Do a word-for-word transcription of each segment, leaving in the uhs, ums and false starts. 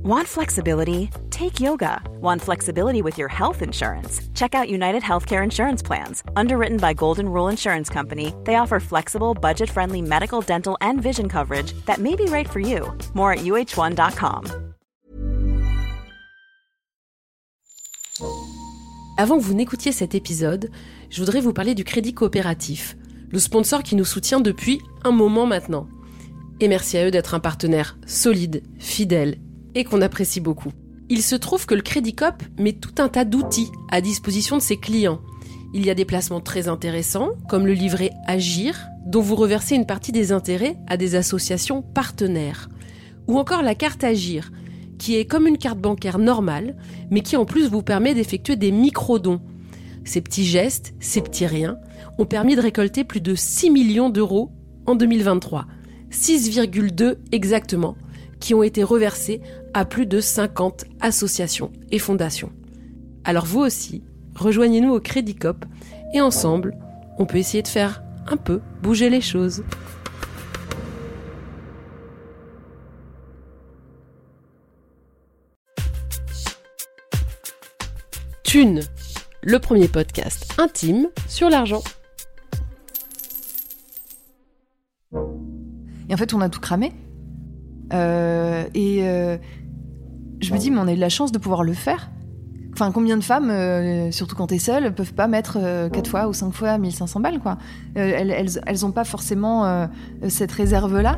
Want flexibility? Take yoga. Want flexibility with your health insurance? Check out United Healthcare Insurance Plans. Underwritten by Golden Rule Insurance Company, they offer flexible, budget-friendly medical, dental, and vision coverage that may be right for you. More at U H one dot com. Avant que vous n'écoutiez cet épisode, je voudrais vous parler du Crédit Coopératif, le sponsor qui nous soutient depuis un moment maintenant. Et merci à eux d'être un partenaire solide, fidèle et qu'on apprécie beaucoup. Il se trouve que le Crédit Coop met tout un tas d'outils à disposition de ses clients. Il y a des placements très intéressants, comme le livret Agir, dont vous reversez une partie des intérêts à des associations partenaires. Ou encore la carte Agir, qui est comme une carte bancaire normale, mais qui en plus vous permet d'effectuer des micro-dons. Ces petits gestes, ces petits riens, ont permis de récolter plus de six millions d'euros en deux mille vingt-trois. six virgule deux exactement, qui ont été reversés à plus de cinquante associations et fondations. Alors vous aussi, rejoignez-nous au Crédit Coop et ensemble, on peut essayer de faire un peu bouger les choses. Thune, le premier podcast intime sur l'argent. Et en fait, on a tout cramé. Euh, et euh, je me dis, mais on a eu de la chance de pouvoir le faire. Enfin, combien de femmes, euh, surtout quand t'es seule, peuvent pas mettre euh, quatre fois ou cinq fois mille cinq cents balles, quoi. Euh, elles, elles, elles ont pas forcément euh, cette réserve-là.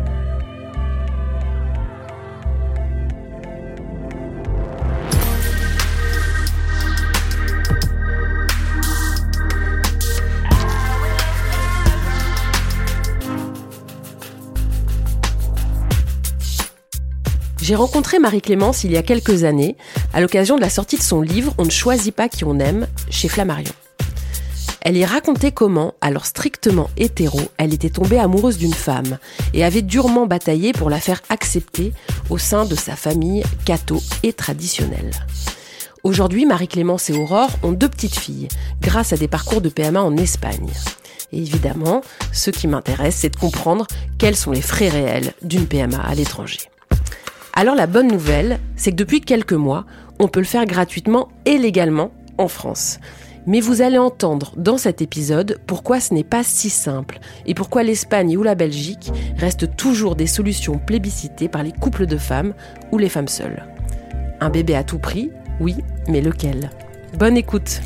J'ai rencontré Marie-Clémence il y a quelques années, à l'occasion de la sortie de son livre « On ne choisit pas qui on aime » chez Flammarion. Elle y racontait comment, alors strictement hétéro, elle était tombée amoureuse d'une femme et avait durement bataillé pour la faire accepter au sein de sa famille catho et traditionnelle. Aujourd'hui, Marie-Clémence et Aurore ont deux petites filles, grâce à des parcours de P M A en Espagne. Et évidemment, ce qui m'intéresse, c'est de comprendre quels sont les frais réels d'une P M A à l'étranger. Alors la bonne nouvelle, c'est que depuis quelques mois, on peut le faire gratuitement et légalement en France. Mais vous allez entendre dans cet épisode pourquoi ce n'est pas si simple et pourquoi l'Espagne ou la Belgique restent toujours des solutions plébiscitées par les couples de femmes ou les femmes seules. Un bébé à tout prix, oui, mais lequel ? Bonne écoute.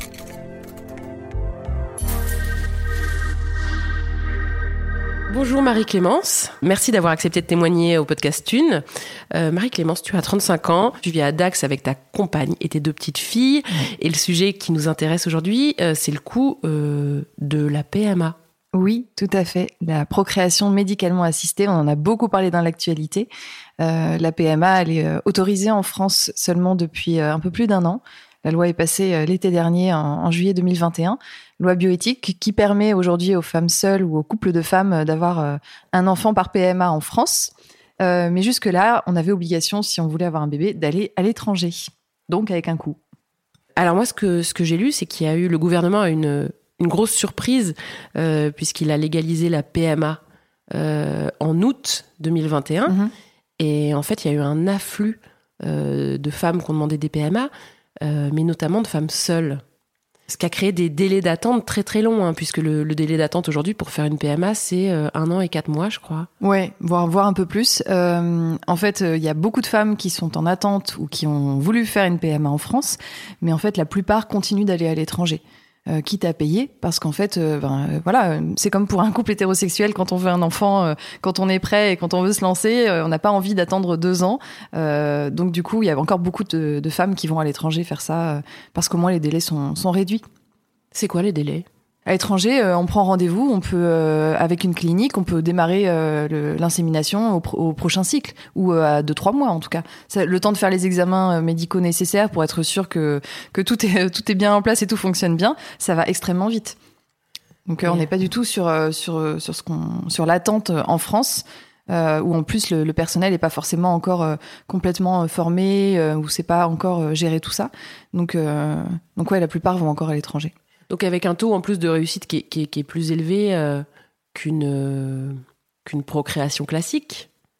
Bonjour Marie-Clémence, merci d'avoir accepté de témoigner au podcast Thune. Euh, Marie-Clémence, tu as trente-cinq ans, tu vis à Dax avec ta compagne et tes deux petites filles. Et le sujet qui nous intéresse aujourd'hui, euh, c'est le coût euh, de la P M A. Oui, tout à fait. La procréation médicalement assistée, on en a beaucoup parlé dans l'actualité. Euh, la P M A, elle est autorisée en France seulement depuis un peu plus d'un an. La loi est passée l'été dernier, en, en juillet deux mille vingt et un. Loi bioéthique qui permet aujourd'hui aux femmes seules ou aux couples de femmes d'avoir un enfant par P M A en France. Euh, mais jusque-là, on avait obligation, si on voulait avoir un bébé, d'aller à l'étranger. Donc avec un coût. Alors moi, ce que, ce que j'ai lu, c'est qu'il y a eu, le gouvernement a une, une grosse surprise, euh, puisqu'il a légalisé la P M A euh, en août deux mille vingt et un. Mm-hmm. Et en fait, il y a eu un afflux euh, de femmes qui ont demandé des P M A, euh, mais notamment de femmes seules. Ce qui a créé des délais d'attente très très longs, hein, puisque le, le délai d'attente aujourd'hui pour faire une P M A, c'est euh, un an et quatre mois, je crois. Ouais, voire, voire un peu plus. Euh, en fait, il euh, y a beaucoup de femmes qui sont en attente ou qui ont voulu faire une P M A en France, mais en fait, la plupart continuent d'aller à l'étranger. Euh, quitte à payer, parce qu'en fait, euh, ben, euh, voilà, c'est comme pour un couple hétérosexuel, quand on veut un enfant, euh, quand on est prêt et quand on veut se lancer, euh, on n'a pas envie d'attendre deux ans. Euh, donc du coup, il y a encore beaucoup de, de femmes qui vont à l'étranger faire ça, euh, parce qu'au moins les délais sont, sont réduits. C'est quoi les délais ? À l'étranger, euh, on prend rendez-vous, on peut euh, avec une clinique, on peut démarrer euh, le, l'insémination au, pro- au prochain cycle ou euh, à deux trois mois en tout cas. Ça, le temps de faire les examens euh, médicaux nécessaires pour être sûr que que tout est tout est bien en place et tout fonctionne bien, ça va extrêmement vite. Donc euh, yeah. On n'est pas du tout sur euh, sur sur ce qu'on sur l'attente en France. Euh, où en plus le, le personnel n'est pas forcément encore euh, complètement euh, formé, euh, où c'est pas encore euh, géré tout ça. Donc euh, donc ouais, la plupart vont encore à l'étranger. Donc avec un taux en plus de réussite qui est, qui est, qui est plus élevé euh, qu'une, euh, qu'une procréation classique.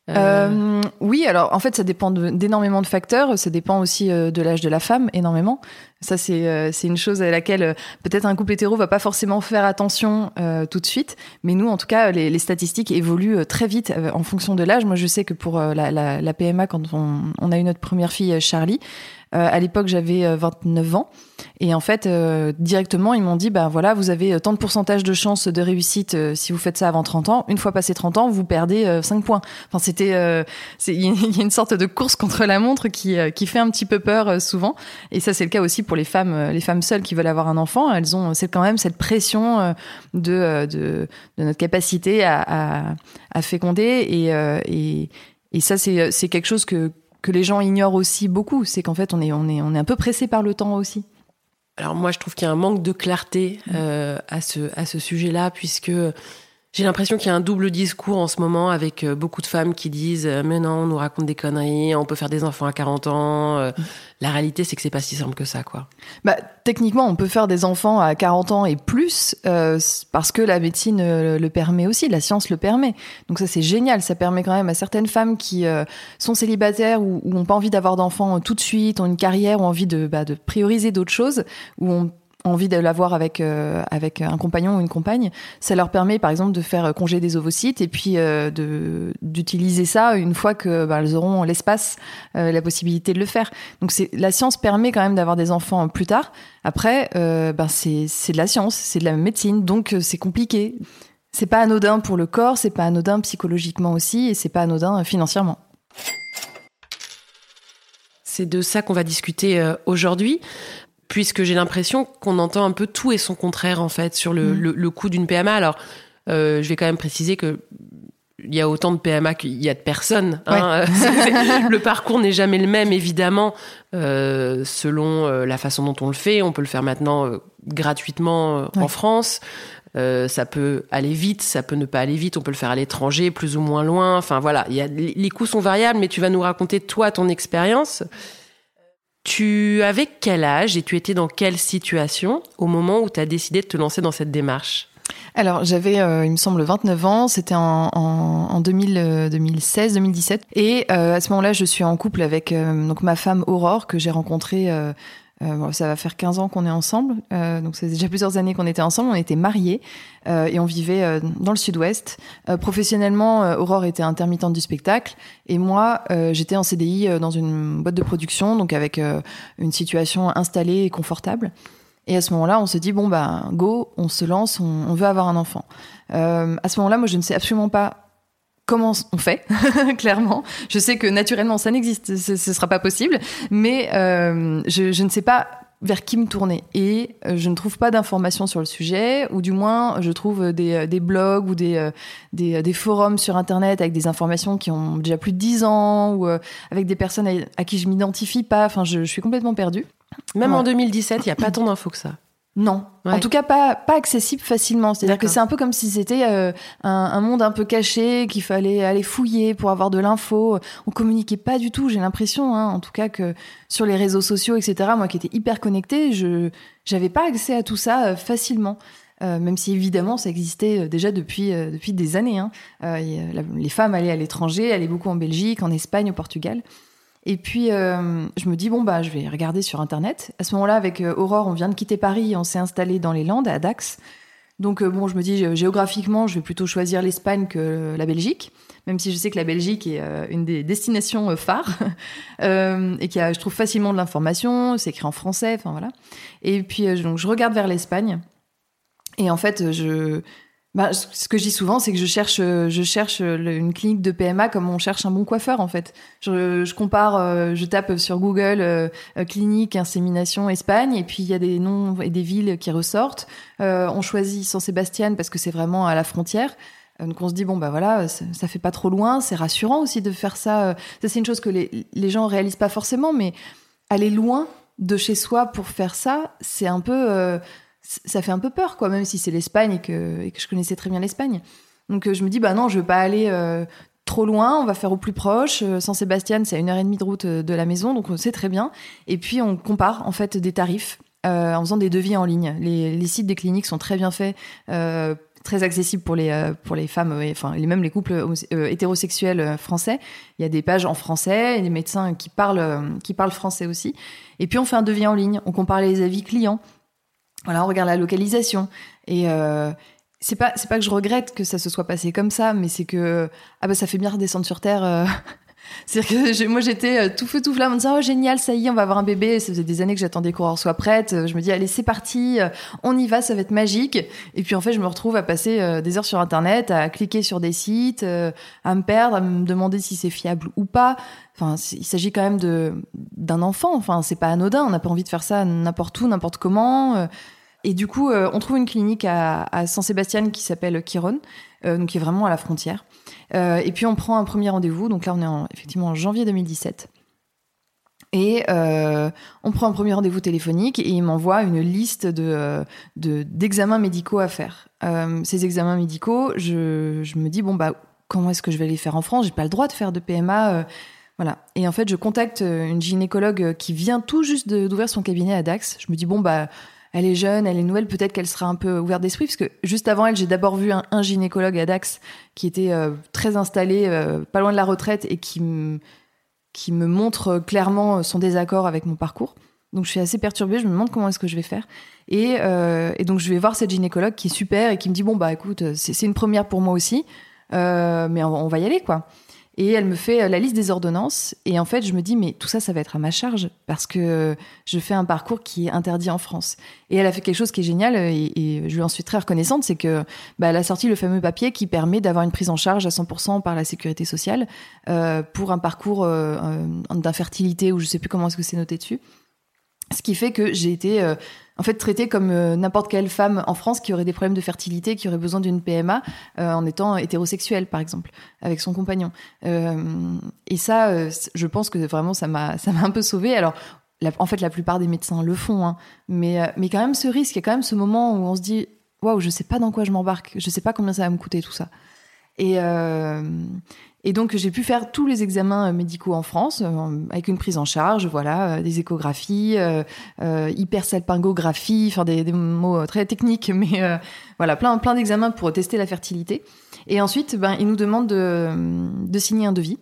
Euh... Euh, oui, alors en fait, ça dépend de, d'énormément de facteurs. Ça dépend aussi euh, de l'âge de la femme, énormément. Ça, c'est euh, c'est une chose à laquelle euh, peut-être un couple hétéro va pas forcément faire attention euh, tout de suite. Mais nous, en tout cas, les, les statistiques évoluent euh, très vite euh, en fonction de l'âge. Moi, je sais que pour euh, la, la, la P M A, quand on, on a eu notre première fille, Charlie, euh, à l'époque, j'avais euh, vingt-neuf ans. Et en fait, euh, directement, ils m'ont dit, bah voilà, vous avez tant de pourcentage de chances de réussite euh, si vous faites ça avant trente ans. Une fois passé trente ans, vous perdez euh, cinq points. Enfin, c'était, euh, c'est, il y a une sorte de course contre la montre qui euh, qui fait un petit peu peur euh, souvent. Et ça, c'est le cas aussi pour les femmes, euh, les femmes seules qui veulent avoir un enfant. Elles ont, c'est quand même cette pression euh, de, euh, de de notre capacité à à, à féconder. Et euh, et et ça, c'est c'est quelque chose que que les gens ignorent aussi beaucoup. C'est qu'en fait, on est on est on est un peu pressé par le temps aussi. Alors moi, je trouve qu'il y a un manque de clarté euh, à ce à ce sujet-là, puisque j'ai l'impression qu'il y a un double discours en ce moment avec euh, beaucoup de femmes qui disent euh, mais non, on nous raconte des conneries, on peut faire des enfants à quarante ans. Euh, la réalité, c'est que c'est pas si simple que ça, quoi. Bah techniquement, on peut faire des enfants à quarante ans et plus euh, parce que la médecine euh, le permet aussi, la science le permet. Donc ça, c'est génial. Ça permet quand même à certaines femmes qui euh, sont célibataires ou, ou ont pas envie d'avoir d'enfants tout de suite, ont une carrière, ont envie de bah, de prioriser d'autres choses, ou ont envie de l'avoir avec euh, avec un compagnon ou une compagne, ça leur permet par exemple de faire congé des ovocytes et puis euh, de d'utiliser ça une fois que bah, elles auront l'espace, euh, la possibilité de le faire. Donc c'est la science permet quand même d'avoir des enfants plus tard. Après, euh, ben c'est c'est de la science, c'est de la médecine, donc c'est compliqué. C'est pas anodin pour le corps, c'est pas anodin psychologiquement aussi, et c'est pas anodin financièrement. C'est de ça qu'on va discuter euh, aujourd'hui. Puisque j'ai l'impression qu'on entend un peu tout et son contraire, en fait, sur le, mmh. le, le coût d'une P M A. Alors, euh, je vais quand même préciser que il y a autant de P M A qu'il y a de personnes. Hein. Ouais. c'est, c'est, le parcours n'est jamais le même, évidemment, euh, selon euh, la façon dont on le fait. On peut le faire maintenant euh, gratuitement euh, ouais. en France. Euh, ça peut aller vite, ça peut ne pas aller vite. On peut le faire à l'étranger, plus ou moins loin. Enfin, voilà, il y a, les coûts sont variables, mais tu vas nous raconter, toi, ton expérience. Tu avais quel âge et tu étais dans quelle situation au moment où tu as décidé de te lancer dans cette démarche ? Alors, j'avais, euh, il me semble, vingt-neuf ans. C'était en, en, en deux mille, euh, deux mille seize deux mille dix-sept. Et euh, à ce moment-là, je suis en couple avec euh, donc ma femme Aurore, que j'ai rencontrée... Euh, Euh, bon, ça va faire quinze ans qu'on est ensemble, euh, donc c'est déjà plusieurs années qu'on était ensemble. On était mariés euh, et on vivait euh, dans le sud-ouest. Euh, professionnellement, euh, Aurore était intermittente du spectacle et moi, euh, j'étais en C D I euh, dans une boîte de production, donc avec euh, une situation installée et confortable. Et à ce moment-là, on se dit bon bah go, on se lance, on, on veut avoir un enfant. Euh, à ce moment-là, moi, je ne sais absolument pas comment on fait, clairement. Je sais que naturellement, ça n'existe, ce ne sera pas possible, mais euh, je, je ne sais pas vers qui me tourner. Et euh, je ne trouve pas d'informations sur le sujet, ou du moins, je trouve des, des blogs ou des, des, des forums sur Internet avec des informations qui ont déjà plus de dix ans, ou euh, avec des personnes à, à qui je ne m'identifie pas. Enfin, je, je suis complètement perdue. Même ouais. En deux mille dix-sept, il n'y a pas tant d'infos que ça. Non, ouais. En tout cas pas pas accessible facilement. C'est-à-dire D'accord. que c'est un peu comme si c'était euh, un, un monde un peu caché qu'il fallait aller fouiller pour avoir de l'info. On communiquait pas du tout. J'ai l'impression, hein, en tout cas que sur les réseaux sociaux, et cetera. Moi qui étais hyper connectée, je j'avais pas accès à tout ça euh, facilement. Euh, même si évidemment ça existait déjà depuis euh, depuis des années. Hein. Euh, y a, la, les femmes allaient à l'étranger, allaient beaucoup en Belgique, en Espagne, au Portugal. Et puis, euh, je me dis, bon, bah, je vais regarder sur Internet. À ce moment-là, avec euh, Aurore, on vient de quitter Paris, on s'est installé dans les Landes, à Dax. Donc, euh, bon, je me dis, géographiquement, je vais plutôt choisir l'Espagne que la Belgique, même si je sais que la Belgique est euh, une des destinations euh, phares, euh, et qu'il y a, je trouve, facilement de l'information, c'est écrit en français, enfin, voilà. Et puis, euh, donc, je regarde vers l'Espagne. Et en fait, je... Bah, ce que je dis souvent, c'est que je cherche, je cherche une clinique de P M A comme on cherche un bon coiffeur, en fait. Je, je compare, je tape sur Google euh, clinique, insémination, Espagne, et puis il y a des noms et des villes qui ressortent. Euh, on choisit San Sebastián parce que c'est vraiment à la frontière. Donc on se dit bon bah voilà, ça, ça fait pas trop loin, c'est rassurant aussi de faire ça. Ça c'est une chose que les, les gens réalisent pas forcément, mais aller loin de chez soi pour faire ça, c'est un peu euh, ça fait un peu peur, quoi, même si c'est l'Espagne et que, et que je connaissais très bien l'Espagne. Donc euh, je me dis, bah non, je veux pas aller euh, trop loin, on va faire au plus proche. Euh, San Sebastián, c'est à une heure et demie de route de la maison, donc on sait très bien. Et puis on compare en fait des tarifs euh, en faisant des devis en ligne. Les, les sites des cliniques sont très bien faits, euh, très accessible pour les euh, pour les femmes, euh, enfin les même les couples euh, hétérosexuels euh, français. Il y a des pages en français, et des médecins qui parlent euh, qui parlent français aussi. Et puis on fait un devis en ligne, on compare les avis clients. Voilà, on regarde la localisation et euh, c'est pas c'est pas que je regrette que ça se soit passé comme ça, mais c'est que ah bah ça fait bien redescendre sur terre. Euh... C'est-à-dire que j'ai, moi j'étais tout feu tout flamme en me disant oh génial, ça y est, on va avoir un bébé. Ça faisait des années que j'attendais qu'on soit prête. Je me dis allez c'est parti, on y va, ça va être magique. Et puis en fait je me retrouve à passer des heures sur internet, à cliquer sur des sites, à me perdre, à me demander si c'est fiable ou pas. Enfin il s'agit quand même de d'un enfant. Enfin c'est pas anodin. On n'a pas envie de faire ça n'importe où, n'importe comment. Et du coup on trouve une clinique à, à Saint-Sébastien qui s'appelle Chiron, euh, donc qui est vraiment à la frontière. Euh, et puis on prend un premier rendez-vous, donc là on est en, effectivement en janvier deux mille dix-sept. Et euh, on prend un premier rendez-vous téléphonique et il m'envoie une liste de, de, d'examens médicaux à faire. Euh, ces examens médicaux, je, je me dis, bon, bah, comment est-ce que je vais les faire en France ? J'ai pas le droit de faire de P M A. Euh, voilà. Et en fait, je contacte une gynécologue qui vient tout juste de, d'ouvrir son cabinet à Dax. Je me dis, bon, bah, elle est jeune, elle est nouvelle, peut-être qu'elle sera un peu ouverte d'esprit, parce que juste avant elle, j'ai d'abord vu un, un gynécologue à Dax qui était euh, très installé, euh, pas loin de la retraite, et qui, m- qui me montre clairement son désaccord avec mon parcours. Donc je suis assez perturbée, je me demande comment est-ce que je vais faire. Et, euh, et donc je vais voir cette gynécologue qui est super et qui me dit, bon bah écoute, c'est, c'est une première pour moi aussi, euh, mais on, on va y aller quoi. Et elle me fait la liste des ordonnances. Et en fait, je me dis, mais tout ça, ça va être à ma charge parce que je fais un parcours qui est interdit en France. Et elle a fait quelque chose qui est génial et, et je lui en suis très reconnaissante, c'est que bah, elle a sorti le fameux papier qui permet d'avoir une prise en charge à cent pour cent par la sécurité sociale euh, pour un parcours euh, d'infertilité ou je sais plus comment est-ce que c'est noté dessus. Ce qui fait que j'ai été euh, en fait traitée comme euh, n'importe quelle femme en France qui aurait des problèmes de fertilité, qui aurait besoin d'une P M A euh, en étant hétérosexuelle par exemple, avec son compagnon. Euh, et ça, euh, je pense que vraiment ça m'a ça m'a un peu sauvée. Alors la, en fait la plupart des médecins le font, hein, mais euh, mais quand même ce risque, il y a quand même ce moment où on se dit waouh, je sais pas dans quoi je m'embarque, je sais pas combien ça va me coûter tout ça. Et euh, Et donc, j'ai pu faire tous les examens médicaux en France, euh, avec une prise en charge, voilà, euh, des échographies, euh, euh, hypersalpingographie, enfin des, des mots très techniques, mais euh, voilà, plein, plein d'examens pour tester la fertilité. Et ensuite, ben, ils nous demandent de, de signer un devis,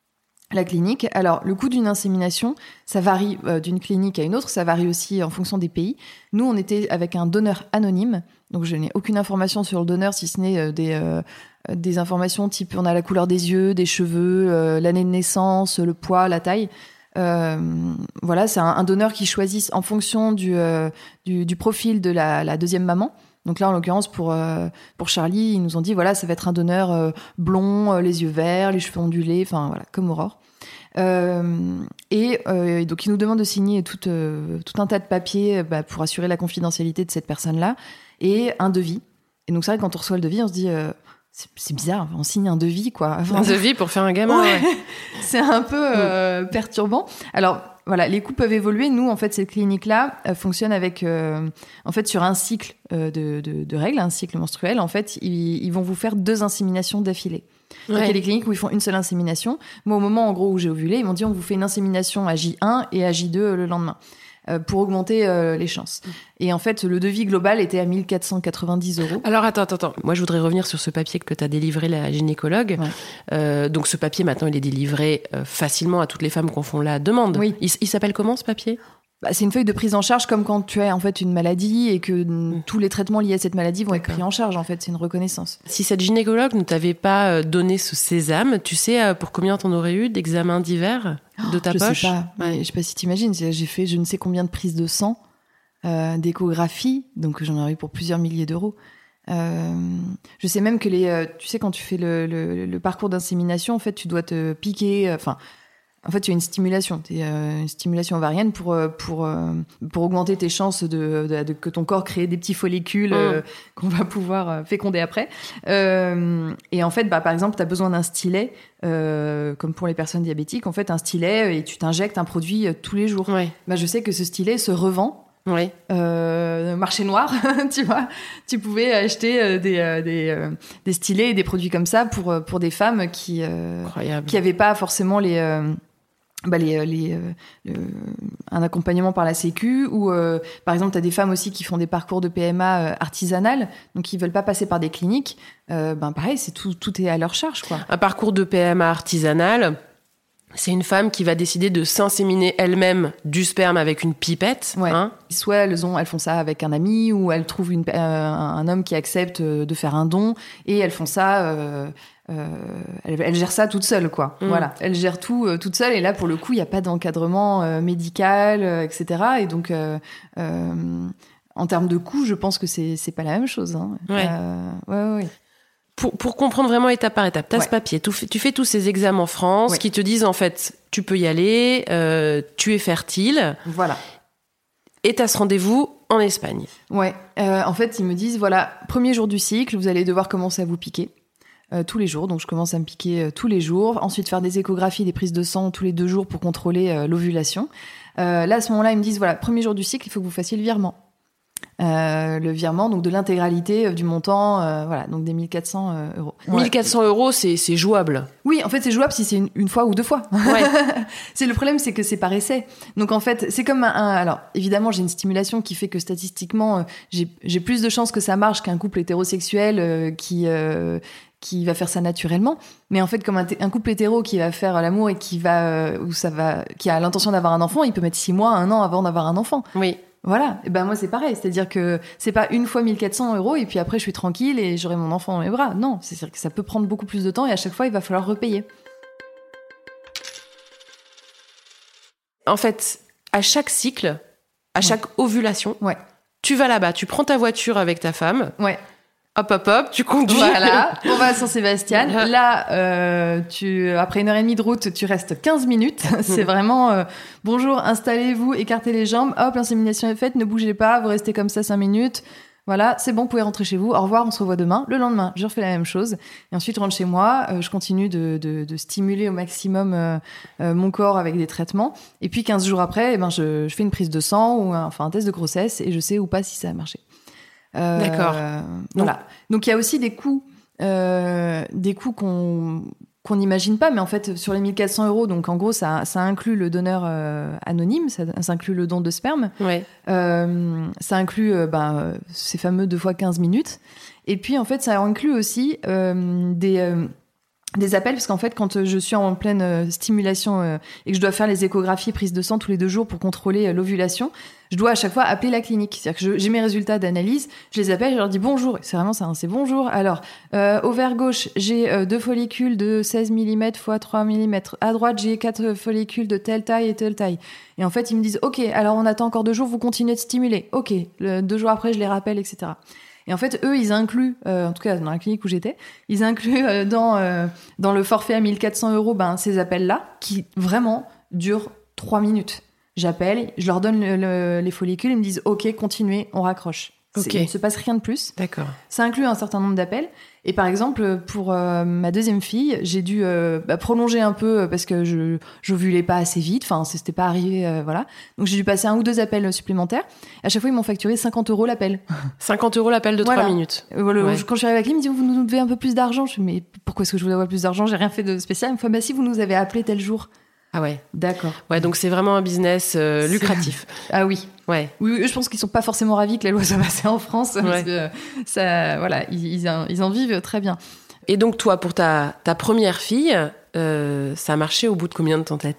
la clinique. Alors, le coût d'une insémination, ça varie euh, d'une clinique à une autre, ça varie aussi en fonction des pays. Nous, on était avec un donneur anonyme, donc je n'ai aucune information sur le donneur, si ce n'est euh, des... Euh, des informations type on a la couleur des yeux, des cheveux, euh, l'année de naissance, le poids, la taille. Euh, voilà, c'est un, un donneur qui choisit en fonction du, euh, du, du profil de la, la deuxième maman. Donc là, en l'occurrence, pour, euh, pour Charlie, ils nous ont dit, voilà, ça va être un donneur euh, blond, euh, les yeux verts, les cheveux ondulés, enfin voilà, comme Aurore. Euh, et, euh, et donc, ils nous demandent de signer tout, euh, tout un tas de papiers bah, pour assurer la confidentialité de cette personne-là et un devis. Et donc, c'est vrai que quand on reçoit le devis, on se dit... Euh, C'est, c'est bizarre, on signe un devis, quoi. Enfin, un devis pour faire un gamin, ouais. ouais. C'est un peu euh, perturbant. Alors, voilà, les coûts peuvent évoluer. Nous, en fait, cette clinique-là euh, fonctionne avec, euh, en fait, sur un cycle euh, de, de, de règles, un cycle menstruel. En fait, ils, ils vont vous faire deux inséminations d'affilée. Ouais. Donc, il y a des cliniques où ils font une seule insémination. Moi, au moment, en gros, où j'ai ovulé, ils m'ont dit, on vous fait une insémination à J un et à J deux le lendemain. Euh, pour augmenter euh, les chances. Et en fait, le devis global était à mille quatre cent quatre-vingt-dix euros. Alors, attends, attends, attends. Moi, je voudrais revenir sur ce papier que t'as délivré la gynécologue. Ouais. Euh, donc, ce papier, maintenant, il est délivré euh, facilement à toutes les femmes qui en font la demande. Oui. Il, il s'appelle comment, ce papier ? Bah, c'est une feuille de prise en charge comme quand tu as en fait une maladie et que mmh. tous les traitements liés à cette maladie vont D'accord. être pris en charge. En fait, c'est une reconnaissance. Si cette gynécologue ne t'avait pas donné ce sésame, tu sais pour combien t'en aurais eu d'examens divers de ta oh, poche ? Je sais pas. Ouais. Je sais pas si t'imagines. J'ai fait je ne sais combien de prises de sang, euh, d'échographie, donc j'en aurais eu pour plusieurs milliers d'euros. Euh, je sais même que les, euh, tu sais quand tu fais le, le, le parcours d'insémination, en fait, tu dois te piquer, enfin. Euh, En fait, tu as une stimulation, euh, une stimulation ovarienne pour pour pour augmenter tes chances de, de, de que ton corps crée des petits follicules euh, mmh. qu'on va pouvoir féconder après. Euh, et en fait, bah par exemple, tu as besoin d'un stylet, euh, comme pour les personnes diabétiques. En fait, un stylet et tu t'injectes un produit tous les jours. Ouais. Bah je sais que ce stylet se revend. Oui. Euh, marché noir, tu vois. Tu pouvais acheter euh, des euh, des euh, des stylets et des produits comme ça pour pour des femmes qui euh, qui avaient pas forcément les euh, bah les, les, euh, le, un accompagnement par la Sécu ou euh, par exemple tu as des femmes aussi qui font des parcours de P M A euh, artisanales, donc qui veulent pas passer par des cliniques, euh, ben pareil, c'est tout, tout est à leur charge, quoi. Un parcours de P M A artisanal, c'est une femme qui va décider de s'inséminer elle-même du sperme avec une pipette. Ouais. Hein. Soit elles, ont, elles font ça avec un ami, ou elles trouvent une, euh, un homme qui accepte de faire un don, et elles font ça... Euh, Euh, elle, elle gère ça toute seule, quoi. Mmh. Voilà, elle gère tout euh, toute seule. Et là, pour le coup, il y a pas d'encadrement euh, médical, euh, et cetera. Et donc, euh, euh, en termes de coût, je pense que c'est c'est pas la même chose. Hein. Ouais. Euh, ouais, ouais. Pour pour comprendre vraiment étape par étape, t'as ouais. ce papier, tu fais, tu fais tous ces examens en France ouais. qui te disent en fait, tu peux y aller, euh, tu es fertile. Voilà. Et t'as ce rendez-vous en Espagne. Ouais. Euh, en fait, ils me disent voilà, premier jour du cycle, vous allez devoir commencer à vous piquer. Euh, tous les jours, donc je commence à me piquer euh, tous les jours. Ensuite, faire des échographies, des prises de sang tous les deux jours pour contrôler euh, l'ovulation. Euh, là, à ce moment-là, ils me disent voilà, premier jour du cycle, il faut que vous fassiez le virement. Euh, le virement, donc de l'intégralité euh, du montant, euh, voilà, donc des mille quatre cents euh, euros. Ouais. mille quatre cents euros, c'est, c'est jouable. Oui, en fait, c'est jouable si c'est une, une fois ou deux fois. Ouais. C'est le problème, c'est que c'est par essai. Donc en fait, c'est comme un, un alors évidemment, j'ai une stimulation qui fait que statistiquement, euh, j'ai, j'ai plus de chances que ça marche qu'un couple hétérosexuel euh, qui euh, qui va faire ça naturellement, mais en fait comme un, t- un couple hétéro qui va faire l'amour et qui va euh, où ça va qui a l'intention d'avoir un enfant, il peut mettre six mois, un an avant d'avoir un enfant. Oui. Voilà, et ben moi c'est pareil, c'est-à-dire que c'est pas une fois mille quatre cents euros et puis après je suis tranquille et j'aurai mon enfant dans mes bras. Non, c'est-à-dire que ça peut prendre beaucoup plus de temps et à chaque fois il va falloir repayer. En fait, à chaque cycle, à chaque ouais. ovulation, ouais. tu vas là-bas, tu prends ta voiture avec ta femme. Ouais. Hop, hop, hop, tu conduis. Voilà, on va à Saint-Sébastien. Là, euh, tu, après une heure et demie de route, tu restes quinze minutes. C'est vraiment euh, bonjour, installez-vous, écartez les jambes. Hop, l'insémination est faite, ne bougez pas, vous restez comme ça cinq minutes. Voilà, c'est bon, vous pouvez rentrer chez vous. Au revoir, on se revoit demain. Le lendemain, je refais la même chose. Et ensuite, je rentre chez moi. Euh, je continue de, de, de stimuler au maximum euh, euh, mon corps avec des traitements. Et puis, quinze jours après, eh ben, je, je fais une prise de sang ou un, enfin, un test de grossesse et je sais ou pas si ça a marché. Euh, D'accord. Voilà. Donc il y a aussi des coûts, euh, des coûts qu'on qu'on n'imagine pas, mais en fait sur les mille quatre cents euros, donc en gros ça ça inclut le donneur euh, anonyme, ça, ça inclut le don de sperme, ouais. euh, ça inclut euh, ben ces fameux deux fois quinze minutes, et puis en fait ça inclut aussi euh, des euh, des appels, parce qu'en fait, quand je suis en pleine euh, stimulation euh, et que je dois faire les échographies, prises de sang tous les deux jours pour contrôler euh, l'ovulation, je dois à chaque fois appeler la clinique. C'est-à-dire que je, j'ai mes résultats d'analyse, je les appelle, je leur dis bonjour. C'est vraiment ça, hein, c'est bonjour. Alors, euh, ovaire gauche, j'ai euh, deux follicules de seize millimètres fois trois millimètres. À droite, j'ai quatre follicules de telle taille et telle taille. Et en fait, ils me disent, OK, alors on attend encore deux jours, vous continuez de stimuler. OK, le, deux jours après, je les rappelle, et cetera. Et en fait, eux, ils incluent, euh, en tout cas dans la clinique où j'étais, ils incluent euh, dans, euh, dans le forfait à mille quatre cents euros ben, ces appels-là qui vraiment durent trois minutes. J'appelle, je leur donne le, le, les follicules, ils me disent « Ok, continuez, on raccroche ». Okay. Il ne se passe rien de plus. D'accord. Ça inclut un certain nombre d'appels. Et par exemple, pour euh, ma deuxième fille, j'ai dû euh, bah, prolonger un peu parce que je j'ovulais pas assez vite. Enfin, c'était pas arrivé, euh, voilà. Donc j'ai dû passer un ou deux appels supplémentaires. À chaque fois, ils m'ont facturé cinquante euros l'appel. cinquante euros l'appel de voilà. trois minutes. Voilà. Ouais. Quand je suis arrivée avec lui, il me dit vous nous devez un peu plus d'argent. Je dis mais pourquoi est-ce que je vous dois plus d'argent ? J'ai rien fait de spécial. Il me fait bah si vous nous avez appelé tel jour. Ah ouais. D'accord. Ouais, donc c'est vraiment un business euh, lucratif. Ah oui. Ouais. Oui, oui, je pense qu'ils sont pas forcément ravis que la loi soit passée en France. Ouais. Parce que ça, voilà, ils, ils, en, ils en vivent très bien. Et donc toi, pour ta, ta première fille, euh, ça a marché au bout de combien de tentatives ?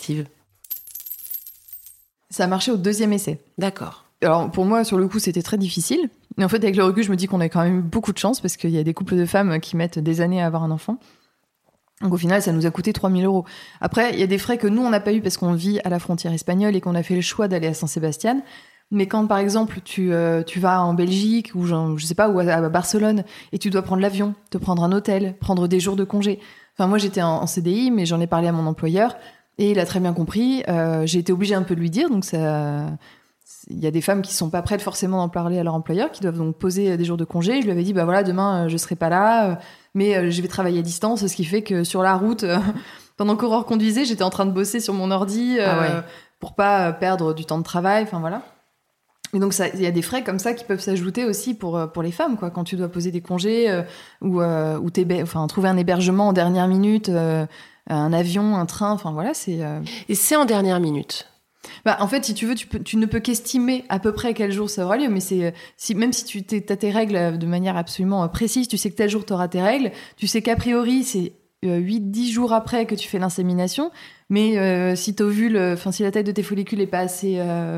Ça a marché au deuxième essai. D'accord. Alors pour moi, sur le coup, c'était très difficile. Mais en fait, avec le recul, je me dis qu'on a quand même eu beaucoup de chance parce qu'il y a des couples de femmes qui mettent des années à avoir un enfant. Donc au final, ça nous a coûté trois mille euros. Après, il y a des frais que nous, on n'a pas eu parce qu'on vit à la frontière espagnole et qu'on a fait le choix d'aller à Saint-Sébastien. Mais quand, par exemple, tu, euh, tu vas en Belgique ou genre, je sais pas, ou à, à Barcelone et tu dois prendre l'avion, te prendre un hôtel, prendre des jours de congé. Enfin, moi, j'étais en, en C D I, mais j'en ai parlé à mon employeur et il a très bien compris. Euh, j'ai été obligée un peu de lui dire, donc ça... Il y a des femmes qui sont pas prêtes forcément d'en parler à leur employeur, qui doivent donc poser des jours de congé. Je lui avais dit, bah voilà, demain, je serai pas là, mais je vais travailler à distance, ce qui fait que sur la route, pendant qu'Aurore conduisait, j'étais en train de bosser sur mon ordi ah ouais. euh, pour pas perdre du temps de travail, enfin voilà. Et donc, il y a des frais comme ça qui peuvent s'ajouter aussi pour, pour les femmes, quoi. Quand tu dois poser des congés euh, ou, euh, ou enfin, trouver un hébergement en dernière minute, euh, un avion, un train, enfin voilà, c'est... Euh... Et c'est en dernière minute. Bah, en fait, si tu veux, tu, peux, tu ne peux qu'estimer à peu près quel jour ça aura lieu, mais c'est, si, même si tu as tes règles de manière absolument précise, tu sais que tel jour tu auras tes règles, tu sais qu'a priori, c'est huit dix jours après que tu fais l'insémination, mais euh, si t'ovules, enfin si la taille de tes follicules est pas assez... Euh,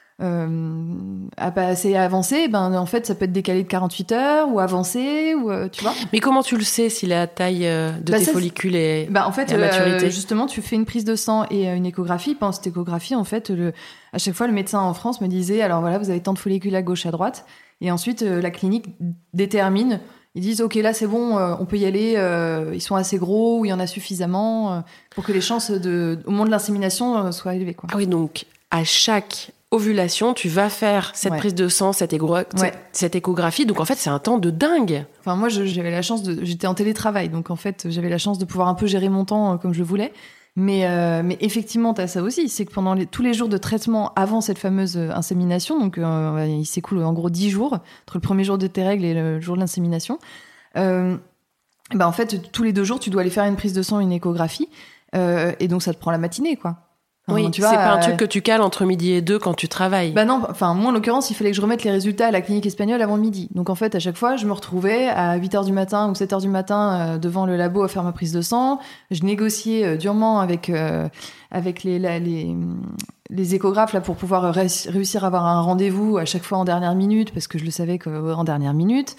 Euh, pas assez avancé, ben en fait ça peut être décalé de quarante-huit heures ou avancé ou euh, tu vois. Mais comment tu le sais si la taille euh, de bah tes ça, follicules est bah en fait à maturité euh, justement tu fais une prise de sang et une échographie. Pendant cette échographie en fait le, à chaque fois le médecin en France me disait alors voilà vous avez tant de follicules à gauche à droite et ensuite euh, la clinique détermine. Ils disent ok là c'est bon euh, on peut y aller euh, ils sont assez gros ou il y en a suffisamment euh, pour que les chances de au moment de l'insémination euh, soient élevées quoi. Ah oui donc à chaque ovulation, tu vas faire cette ouais. prise de sang, cette, égo- ouais. cette, cette échographie. Donc, en fait, c'est un temps de dingue. Enfin, moi, je, j'avais la chance de... J'étais en télétravail, donc en fait, j'avais la chance de pouvoir un peu gérer mon temps euh, comme je voulais. Mais, euh, mais effectivement, t'as ça aussi. C'est que pendant les, tous les jours de traitement avant cette fameuse euh, insémination, donc euh, il s'écoule en gros dix jours, entre le premier jour de tes règles et le jour de l'insémination, euh, bah, en fait, tous les deux jours, tu dois aller faire une prise de sang, une échographie. Euh, et donc, ça te prend la matinée, quoi. Enfin, oui, tu vois, c'est pas un truc que tu cales entre midi et deux quand tu travailles. Bah non, enfin moi en l'occurrence, il fallait que je remette les résultats à la clinique espagnole avant midi. Donc en fait, à chaque fois, je me retrouvais à huit heures du matin ou sept heures du matin euh, devant le labo à faire ma prise de sang. Je négociais euh, durement avec euh, avec les, la, les les échographes là pour pouvoir ré- réussir à avoir un rendez-vous à chaque fois en dernière minute parce que je le savais qu'en dernière minute.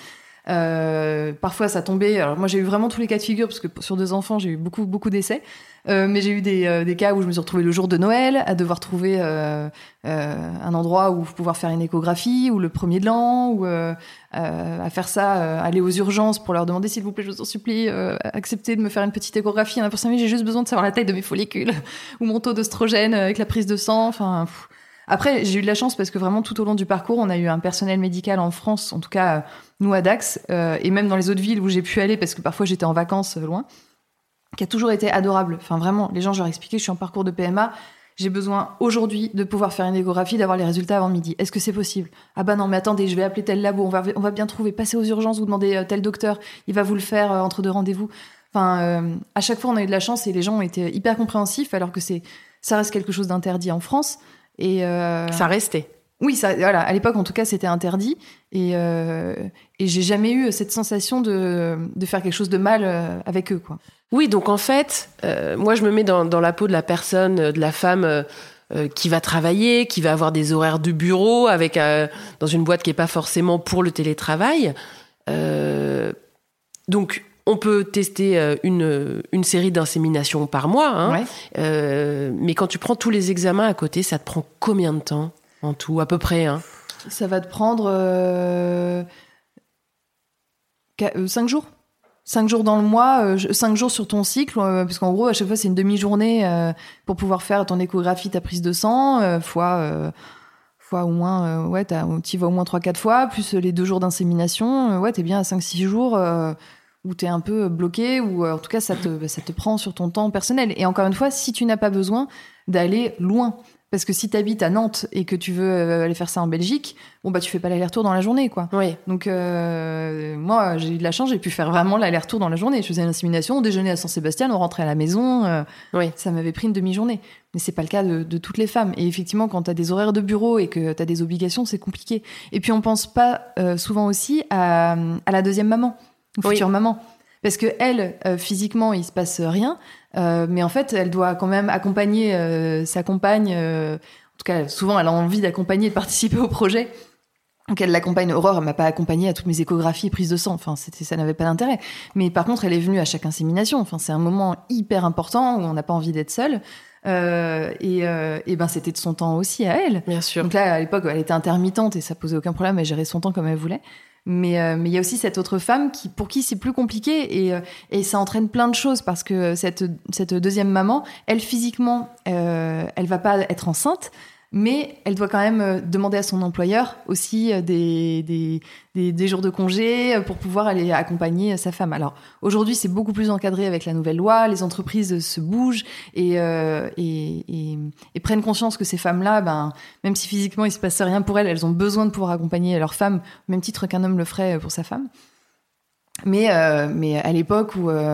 Euh, parfois ça tombait. Alors moi j'ai eu vraiment tous les cas de figure parce que sur deux enfants j'ai eu beaucoup beaucoup d'essais. Euh, mais j'ai eu des, euh, des cas où je me suis retrouvée le jour de Noël à devoir trouver euh, euh, un endroit où pouvoir faire une échographie ou le premier de l'an ou euh, euh, à faire ça, euh, aller aux urgences pour leur demander s'il vous plaît, je vous en supplie, euh, acceptez de me faire une petite échographie. Pour cinq minutes, j'ai juste besoin de savoir la taille de mes follicules ou mon taux d'oestrogène avec la prise de sang. Enfin. Pff. Après, j'ai eu de la chance parce que vraiment tout au long du parcours, on a eu un personnel médical en France, en tout cas nous à Dax, euh, et même dans les autres villes où j'ai pu aller parce que parfois j'étais en vacances euh, loin, qui a toujours été adorable. Enfin vraiment, les gens, je leur expliquais, je suis en parcours de P M A, j'ai besoin aujourd'hui de pouvoir faire une échographie, d'avoir les résultats avant midi. Est-ce que c'est possible ? Ah bah non, mais attendez, je vais appeler tel labo, on va, on va bien trouver, passez aux urgences, vous demandez euh, tel docteur, il va vous le faire euh, entre deux rendez-vous. Enfin, euh, à chaque fois, on a eu de la chance et les gens ont été hyper compréhensifs, alors que c'est, ça reste quelque chose d'interdit en France. Et euh... ça restait. Oui, ça, voilà. À l'époque, en tout cas, c'était interdit. Et, euh, et j'ai jamais eu cette sensation de, de faire quelque chose de mal euh, avec eux, quoi. Oui, donc en fait, euh, moi, je me mets dans, dans la peau de la personne, de la femme euh, euh, qui va travailler, qui va avoir des horaires de bureau, avec euh, dans une boîte qui est pas forcément pour le télétravail. Euh, donc, on peut tester euh, une, une série d'inséminations par mois, hein, ouais. euh, mais quand tu prends tous les examens à côté, ça te prend combien de temps en tout, à peu près hein Ça va te prendre euh, cinq jours. Cinq jours dans le mois, euh, cinq jours sur ton cycle, euh, parce qu'en gros, à chaque fois, c'est une demi-journée euh, pour pouvoir faire ton échographie, ta prise de sang, euh, fois, euh, fois au moins, euh, ouais, t'y vas au moins trois quatre fois, plus les deux jours d'insémination, euh, ouais, t'es bien à cinq six jours euh, où t'es un peu bloqué, ou euh, en tout cas, ça te, ça te prend sur ton temps personnel. Et encore une fois, si tu n'as pas besoin d'aller loin, parce que si t'habites à Nantes et que tu veux aller faire ça en Belgique, bon bah tu fais pas l'aller-retour dans la journée, quoi. Oui. Donc euh, moi j'ai eu de la chance, j'ai pu faire vraiment l'aller-retour dans la journée. Je faisais une insémination, on déjeunait à Saint-Sébastien, on rentrait à la maison. Euh, oui. Ça m'avait pris une demi-journée. Mais c'est pas le cas de, de toutes les femmes. Et effectivement, quand t'as des horaires de bureau et que t'as des obligations, c'est compliqué. Et puis on pense pas euh, souvent aussi à, à la deuxième maman, ou future oui. maman. Parce que elle, euh, physiquement, il se passe rien, euh, mais en fait, elle doit quand même accompagner euh, sa compagne. Euh, en tout cas, souvent, elle a envie d'accompagner, de participer au projet. Donc, elle l'accompagne. Aurore, elle m'a pas accompagnée à toutes mes échographies et prises de sang. Enfin, c'était, ça n'avait pas d'intérêt. Mais par contre, elle est venue à chaque insémination. Enfin, c'est un moment hyper important où on n'a pas envie d'être seule. Euh, et, euh, et ben, c'était de son temps aussi à elle. Bien sûr. Donc là, à l'époque, elle était intermittente et ça posait aucun problème. Elle gérait son temps comme elle voulait. Mais euh, mais il y a aussi cette autre femme qui pour qui c'est plus compliqué et euh, et ça entraîne plein de choses parce que cette cette deuxième maman, elle physiquement, euh, elle va pas être enceinte, mais elle doit quand même demander à son employeur aussi des des des, des jours de congé pour pouvoir aller accompagner sa femme. Alors aujourd'hui, c'est beaucoup plus encadré avec la nouvelle loi, les entreprises se bougent et euh, et, et et prennent conscience que ces femmes-là, ben même si physiquement il se passe rien pour elles, elles ont besoin de pouvoir accompagner leur femme au même titre qu'un homme le ferait pour sa femme. Mais euh, mais à l'époque où euh,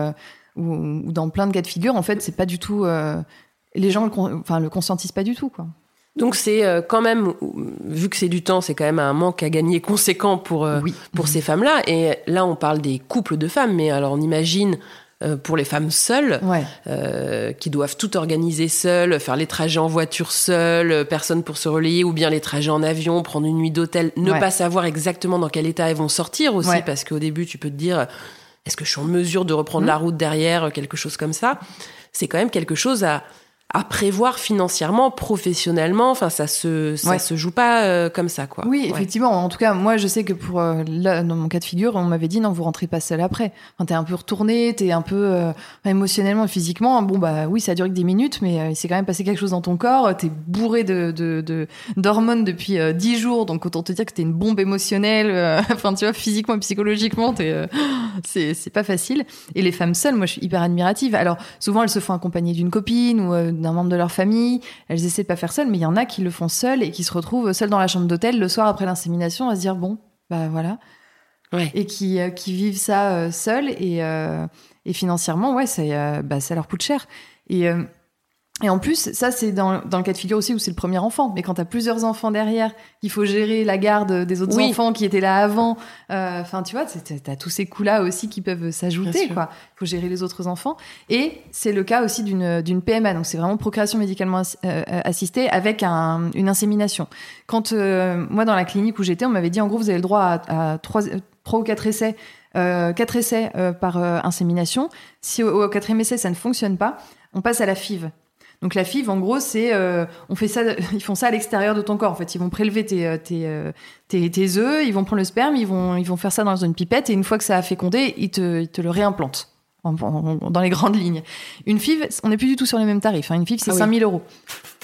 ou, ou dans plein de cas de figure, en fait, c'est pas du tout... Euh, les gens le, enfin, le conscientisent pas du tout, quoi. Donc c'est euh, quand même, vu que c'est du temps, c'est quand même un manque à gagner conséquent pour, euh, oui. pour ces femmes-là. Et là, on parle des couples de femmes, mais alors on imagine euh, pour les femmes seules, ouais. euh, qui doivent tout organiser seules, faire les trajets en voiture seules, personne pour se relayer, ou bien les trajets en avion, prendre une nuit d'hôtel, ne ouais. pas savoir exactement dans quel état elles vont sortir aussi, ouais. parce qu'au début, tu peux te dire, est-ce que je suis en mesure de reprendre mmh. la route derrière, quelque chose comme ça. C'est quand même quelque chose à... à prévoir financièrement, professionnellement. Enfin, ça se, ça ouais. se joue pas euh, comme ça, quoi. Oui, ouais. effectivement. En tout cas, moi, je sais que pour euh, là, dans mon cas de figure, on m'avait dit non, vous rentrez pas seul après. Enfin, t'es un peu retourné, t'es un peu euh, émotionnellement, physiquement. Bon, bah oui, ça a duré que dix minutes, mais euh, il s'est quand même passé quelque chose dans ton corps. T'es bourré de, de, de d'hormones depuis euh, dix jours, donc autant te dire que t'es une bombe émotionnelle. Euh, enfin, tu vois, physiquement et psychologiquement, t'es, euh, c'est, c'est pas facile. Et les femmes seules, moi, je suis hyper admirative. Alors, souvent, elles se font accompagner d'une copine ou euh, d'un membre de leur famille. Elles essaient de pas faire seules, mais il y en a qui le font seules et qui se retrouvent seules dans la chambre d'hôtel le soir après l'insémination à se dire bon, bah voilà. Ouais. Et qui, euh, qui vivent ça euh, seules et, euh, et financièrement, ouais, c'est, euh, bah, ça leur coûte cher. Et, euh, et en plus, ça, c'est dans, dans le cas de figure aussi où c'est le premier enfant. Mais quand t'as plusieurs enfants derrière, qu'il faut gérer la garde des autres oui. enfants qui étaient là avant, enfin, euh, tu vois, t'as tous ces coûts-là aussi qui peuvent s'ajouter, quoi. Il faut gérer les autres enfants. Et c'est le cas aussi d'une, d'une P M A. Donc, c'est vraiment procréation médicalement ass- euh, assistée avec un, une insémination. Quand, euh, moi, dans la clinique où j'étais, on m'avait dit, en gros, vous avez le droit à, à trois, trois ou quatre essais, euh, quatre essais euh, par euh, insémination. Si au, au quatrième essai, ça ne fonctionne pas, on passe à la F I V. Donc la F I V, en gros, c'est euh, on fait ça, ils font ça à l'extérieur de ton corps. En fait, ils vont prélever tes tes tes, tes œufs, ils vont prendre le sperme, ils vont ils vont faire ça dans une pipette et une fois que ça a fécondé, ils te ils te le réimplantent en, en, dans les grandes lignes. Une F I V, on n'est plus du tout sur les mêmes tarifs. Hein. Une F I V, c'est ah oui. cinq mille euros.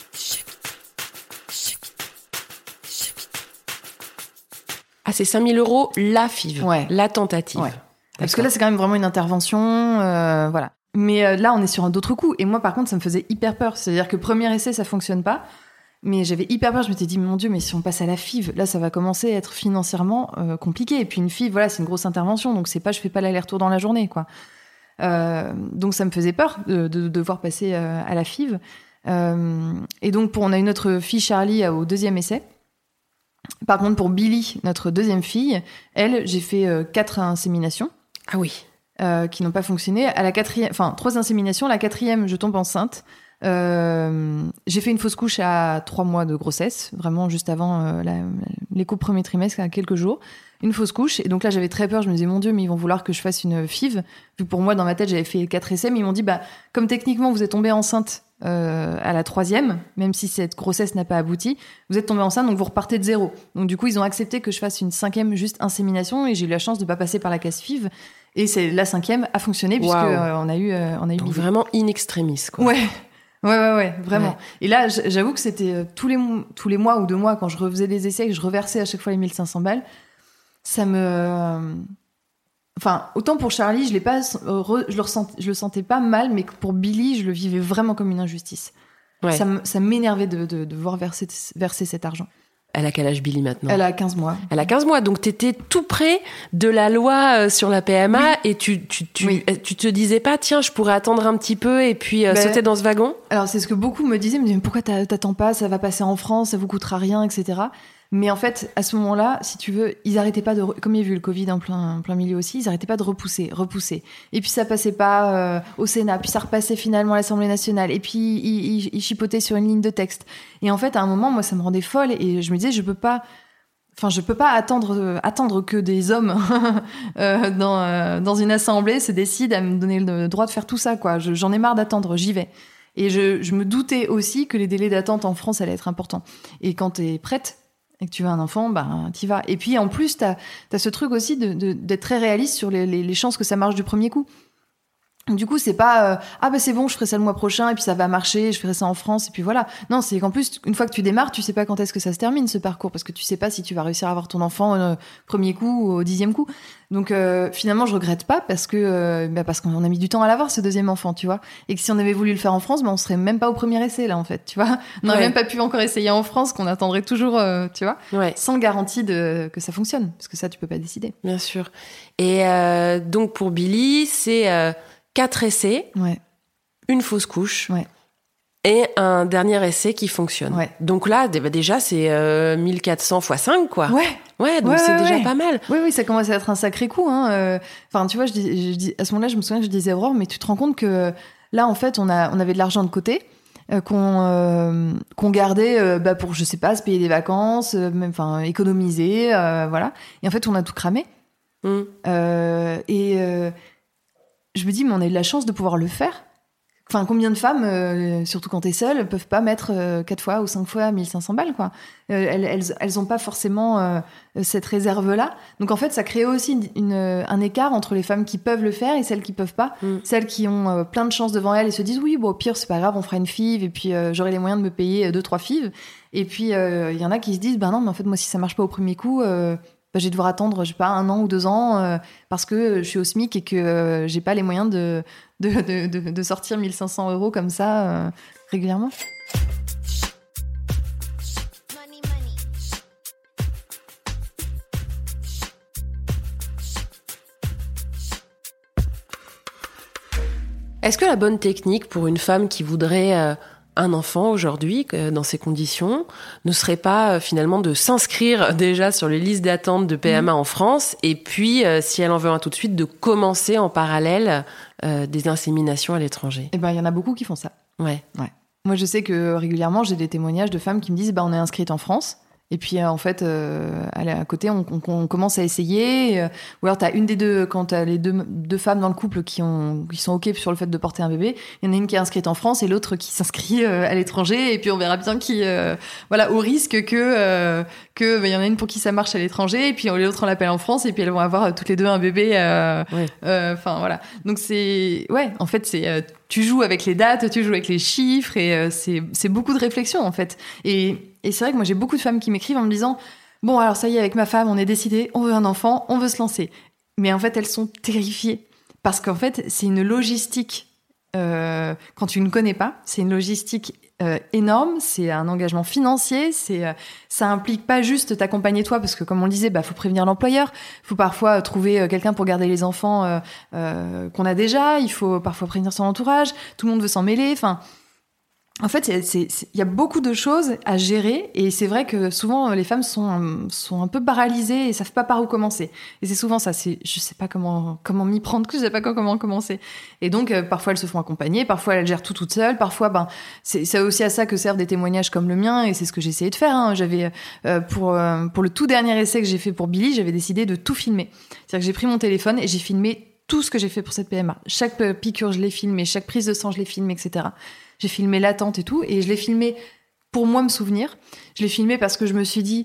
Ah, c'est cinq mille euros la F I V, ouais. la tentative. Ouais. Parce que là, c'est quand même vraiment une intervention, euh, voilà. Mais euh, là, on est sur un d'autres coups. Et moi, par contre, ça me faisait hyper peur. C'est-à-dire que premier essai, ça fonctionne pas. Mais j'avais hyper peur. Je m'étais dit, mon Dieu, mais si on passe à la F I V, là, ça va commencer à être financièrement euh, compliqué. Et puis une F I V, voilà, c'est une grosse intervention. Donc c'est pas, je fais pas l'aller-retour dans la journée, quoi. Euh, donc ça me faisait peur de, de, de devoir passer euh, à la F I V. Euh, et donc, pour, on a une autre fille, Charlie, au deuxième essai. Par contre, pour Billy, notre deuxième fille, elle, j'ai fait euh, quatre inséminations. Ah oui. Euh, qui n'ont pas fonctionné. À la quatrième, enfin trois inséminations. La quatrième, je tombe enceinte. Euh, j'ai fait une fausse couche à trois mois de grossesse, vraiment juste avant euh, la, l'écho premier trimestre, à quelques jours. Une fausse couche. Et donc là, j'avais très peur. Je me disais, mon Dieu, mais ils vont vouloir que je fasse une F I V. Vu que pour moi, dans ma tête, j'avais fait quatre essais, mais ils m'ont dit, bah, comme techniquement, vous êtes tombée enceinte euh, à la troisième, même si cette grossesse n'a pas abouti, vous êtes tombée enceinte, donc vous repartez de zéro. Donc du coup, ils ont accepté que je fasse une cinquième juste insémination, et j'ai eu la chance de pas passer par la case F I V. Et c'est la cinquième a fonctionné puisque wow. euh, on a eu euh, on a eu donc vraiment in extremis, quoi. Ouais. Ouais ouais ouais, vraiment. Ouais. Et là, j'avoue que c'était euh, tous les tous les mois ou deux mois quand je refaisais les essais et que je reversais à chaque fois les mille cinq cents balles, ça me euh... enfin, autant pour Charlie, je l'ai pas re... je le ressentais je le sentais pas mal, mais pour Billy, je le vivais vraiment comme une injustice. Ouais. Ça m... ça m'énervait de de de voir verser verser cet argent. Elle a quel âge, Billy, maintenant ? Elle a quinze mois. Elle a quinze mois, donc t'étais tout près de la loi sur la P M A oui. et tu, tu, tu, oui. tu te disais pas, tiens, je pourrais attendre un petit peu et puis euh, ben, sauter dans ce wagon ? Alors, c'est ce que beaucoup me disaient, me disaient, mais pourquoi t'attends pas, ça va passer en France, ça vous coûtera rien, et cetera. Mais en fait, à ce moment-là, si tu veux, ils arrêtaient pas de... Re... Comme il y a eu le Covid en plein, en plein milieu aussi, ils arrêtaient pas de repousser, repousser. Et puis ça passait pas euh, au Sénat, puis ça repassait finalement à l'Assemblée nationale, et puis ils, ils, ils chipotaient sur une ligne de texte. Et en fait, à un moment, moi, ça me rendait folle, et je me disais, je peux pas... Enfin, je peux pas attendre, euh, attendre que des hommes euh, dans, euh, dans une assemblée se décident à me donner le droit de faire tout ça, quoi. Je, j'en ai marre d'attendre, j'y vais. Et je, je me doutais aussi que les délais d'attente en France allaient être importants. Et quand t'es prête et que tu veux un enfant, ben t'y vas. Et puis en plus, t'as t'as ce truc aussi de, de d'être très réaliste sur les, les les chances que ça marche du premier coup. Du coup, c'est pas euh, ah bah c'est bon, je ferai ça le mois prochain et puis ça va marcher, je ferai ça en France et puis voilà. Non, c'est qu'en plus une fois que tu démarres, tu sais pas quand est-ce que ça se termine ce parcours parce que tu sais pas si tu vas réussir à avoir ton enfant au premier coup ou au dixième coup. Donc euh, finalement, je regrette pas parce que euh, bah parce qu'on a mis du temps à l'avoir ce deuxième enfant, tu vois. Et que si on avait voulu le faire en France, bah on serait même pas au premier essai là en fait, tu vois. On n'aurait ouais. même pas pu encore essayer en France, qu'on attendrait toujours, euh, tu vois, ouais. sans garantie de que ça fonctionne parce que ça tu peux pas décider. Bien sûr. Et euh, donc pour Billy, c'est euh... quatre essais, Ouais. une fausse couche. Ouais. Et un dernier essai qui fonctionne. Ouais. Donc là, bah déjà, c'est euh, mille quatre cents fois cinq, quoi. Ouais. Ouais, donc Ouais, c'est ouais, déjà ouais. pas mal. Oui, oui, ça commence à être un sacré coup. Hein. Euh, Enfin, tu vois, je dis, je dis, à ce moment-là, je me souviens que je disais à Aurore, mais tu te rends compte que là, en fait, on, a, on avait de l'argent de côté euh, qu'on euh, qu'on gardait euh, bah, pour, je sais pas, se payer des vacances, euh, même, enfin, économiser, euh, voilà. Et en fait, on a tout cramé. Mm. Euh, et euh, je me dis, mais on a eu de la chance de pouvoir le faire. Enfin, combien de femmes, euh, surtout quand t'es seule, peuvent pas mettre euh, quatre fois ou cinq fois mille cinq cents balles, quoi. Euh, elles, elles, elles ont pas forcément euh, cette réserve-là. Donc en fait, ça crée aussi une, une, un écart entre les femmes qui peuvent le faire et celles qui peuvent pas. Mm. Celles qui ont euh, plein de chances devant elles et se disent oui, bon, au pire, c'est pas grave, on fera une F I V et puis euh, j'aurai les moyens de me payer deux, trois F I V. Et puis il euh, y en a qui se disent, bah non, mais en fait, moi, si ça marche pas au premier coup. Euh, Bah, je vais devoir attendre, je sais pas, un an ou deux ans euh, parce que je suis au SMIC et que euh, j'ai pas les moyens de, de, de, de, de sortir mille cinq cents euros comme ça euh, régulièrement. Est-ce que la bonne technique pour une femme qui voudrait euh, un enfant aujourd'hui, euh, dans ces conditions, ne serait pas euh, finalement de s'inscrire déjà sur les listes d'attente de P M A mmh. en France et puis, euh, si elle en veut un tout de suite, de commencer en parallèle euh, des inséminations à l'étranger? Eh ben, il y en a beaucoup qui font ça. Ouais. Ouais. Moi, je sais que régulièrement, j'ai des témoignages de femmes qui me disent bah, on est inscrite en France. Et puis, euh, en fait, euh, à côté, on, on, on commence à essayer. Euh, ou alors, t'as une des deux, quand t'as les deux, deux femmes dans le couple qui, ont, qui sont OK sur le fait de porter un bébé, il y en a une qui est inscrite en France et l'autre qui s'inscrit euh, à l'étranger. Et puis, on verra bien qui, euh, voilà, au risque que, euh, que, bah, y en a une pour qui ça marche à l'étranger et puis l'autre, on l'appelle en France et puis elles vont avoir euh, toutes les deux un bébé. Enfin, euh, oui. euh, voilà. Donc, c'est, ouais, en fait, c'est, euh, tu joues avec les dates, tu joues avec les chiffres et euh, c'est, c'est beaucoup de réflexion, en fait. Et, Et c'est vrai que moi, j'ai beaucoup de femmes qui m'écrivent en me disant « Bon, alors ça y est, avec ma femme, on est décidé, on veut un enfant, on veut se lancer. » Mais en fait, elles sont terrifiées. Parce qu'en fait, c'est une logistique, euh, quand tu ne connais pas, c'est une logistique euh, énorme, c'est un engagement financier, c'est, euh, ça implique pas juste t'accompagner toi, parce que comme on le disait, bah, faut prévenir l'employeur, faut parfois trouver euh, quelqu'un pour garder les enfants euh, euh, qu'on a déjà, il faut parfois prévenir son entourage, tout le monde veut s'en mêler, enfin... En fait, il y a beaucoup de choses à gérer et c'est vrai que souvent les femmes sont, sont un peu paralysées et savent pas par où commencer. Et c'est souvent ça, c'est je sais pas comment comment m'y prendre, que je sais pas comment commencer. Et donc euh, parfois elles se font accompagner, parfois elles gèrent tout toutes seules, parfois ben c'est c'est aussi à ça que servent des témoignages comme le mien et c'est ce que j'ai essayé de faire. Hein. J'avais euh, pour euh, pour le tout dernier essai que j'ai fait pour Billy, j'avais décidé de tout filmer. C'est-à-dire que j'ai pris mon téléphone et j'ai filmé tout ce que j'ai fait pour cette P M A. Chaque piqûre je l'ai filmé, chaque prise de sang je l'ai filmé, et cetera. J'ai filmé l'attente et tout, et je l'ai filmé pour moi me souvenir. Je l'ai filmé parce que je me suis dit,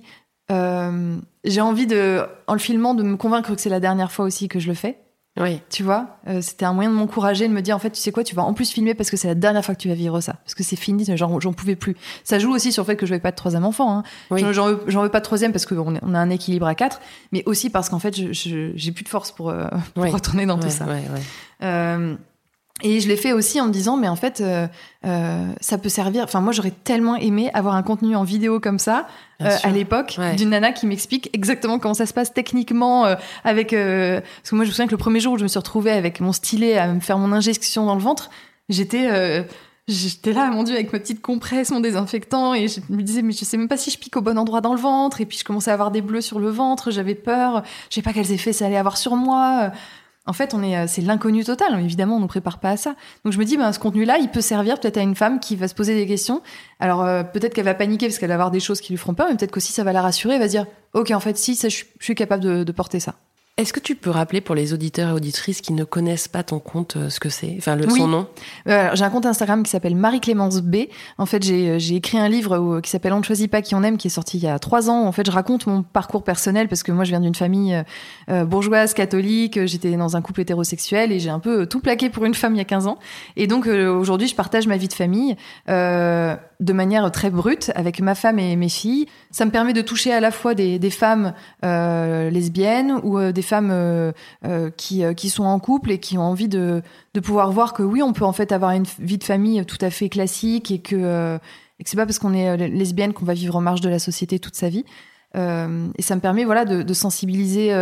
euh, j'ai envie de, en le filmant, de me convaincre que c'est la dernière fois aussi que je le fais. Oui. Tu vois, euh, c'était un moyen de m'encourager, de me dire, en fait, tu sais quoi, tu vas en plus filmer parce que c'est la dernière fois que tu vas vivre ça. Parce que c'est fini, genre, j'en pouvais plus. Ça joue aussi sur le fait que je vais pas de troisième enfant. Hein. Oui. J'en, veux, j'en veux pas de troisième parce qu'on on a un équilibre à quatre, mais aussi parce qu'en fait, je, je, j'ai plus de force pour, euh, pour oui. retourner dans ouais, tout ça. Ouais, ouais. Euh, Et je l'ai fait aussi en me disant, mais en fait, euh, euh, ça peut servir. Enfin, moi, j'aurais tellement aimé avoir un contenu en vidéo comme ça euh, à l'époque, ouais. d'une nana qui m'explique exactement comment ça se passe techniquement. Euh, avec, euh... Parce que moi, je me souviens que le premier jour où je me suis retrouvée avec mon stylet à me faire mon injection dans le ventre, j'étais, euh, j'étais là, mon Dieu, avec ma petite compresse, mon désinfectant, et je me disais, mais je sais même pas si je pique au bon endroit dans le ventre. Et puis, je commençais à avoir des bleus sur le ventre. J'avais peur. Je sais pas quels effets ça allait avoir sur moi. En fait, on est, c'est l'inconnu total. Évidemment, on ne prépare pas à ça. Donc, je me dis, ben, ce contenu-là, il peut servir peut-être à une femme qui va se poser des questions. Alors, euh, peut-être qu'elle va paniquer parce qu'elle va avoir des choses qui lui feront peur, mais peut-être qu'aussi ça va la rassurer. Elle va se dire, ok, en fait, si, ça, je, je suis capable de, de porter ça. Est-ce que tu peux rappeler pour les auditeurs et auditrices qui ne connaissent pas ton compte euh, ce que c'est, enfin le oui. son nom? Euh, j'ai un compte Instagram qui s'appelle Marie-Clémence B. En fait, j'ai, j'ai écrit un livre où, qui s'appelle On ne choisit pas qui on aime, qui est sorti il y a trois ans. En fait, je raconte mon parcours personnel parce que moi, je viens d'une famille euh, bourgeoise, catholique. J'étais dans un couple hétérosexuel et j'ai un peu tout plaqué pour une femme il y a quinze ans. Et donc, euh, aujourd'hui, je partage ma vie de famille euh, de manière très brute avec ma femme et mes filles. Ça me permet de toucher à la fois des, des femmes euh, lesbiennes ou euh, des femmes euh, euh, qui, euh, qui sont en couple et qui ont envie de, de pouvoir voir que oui, on peut en fait avoir une vie de famille tout à fait classique et que, euh, et que c'est pas parce qu'on est lesbienne qu'on va vivre en marge de la société toute sa vie. Euh, et ça me permet voilà, de, de sensibiliser euh,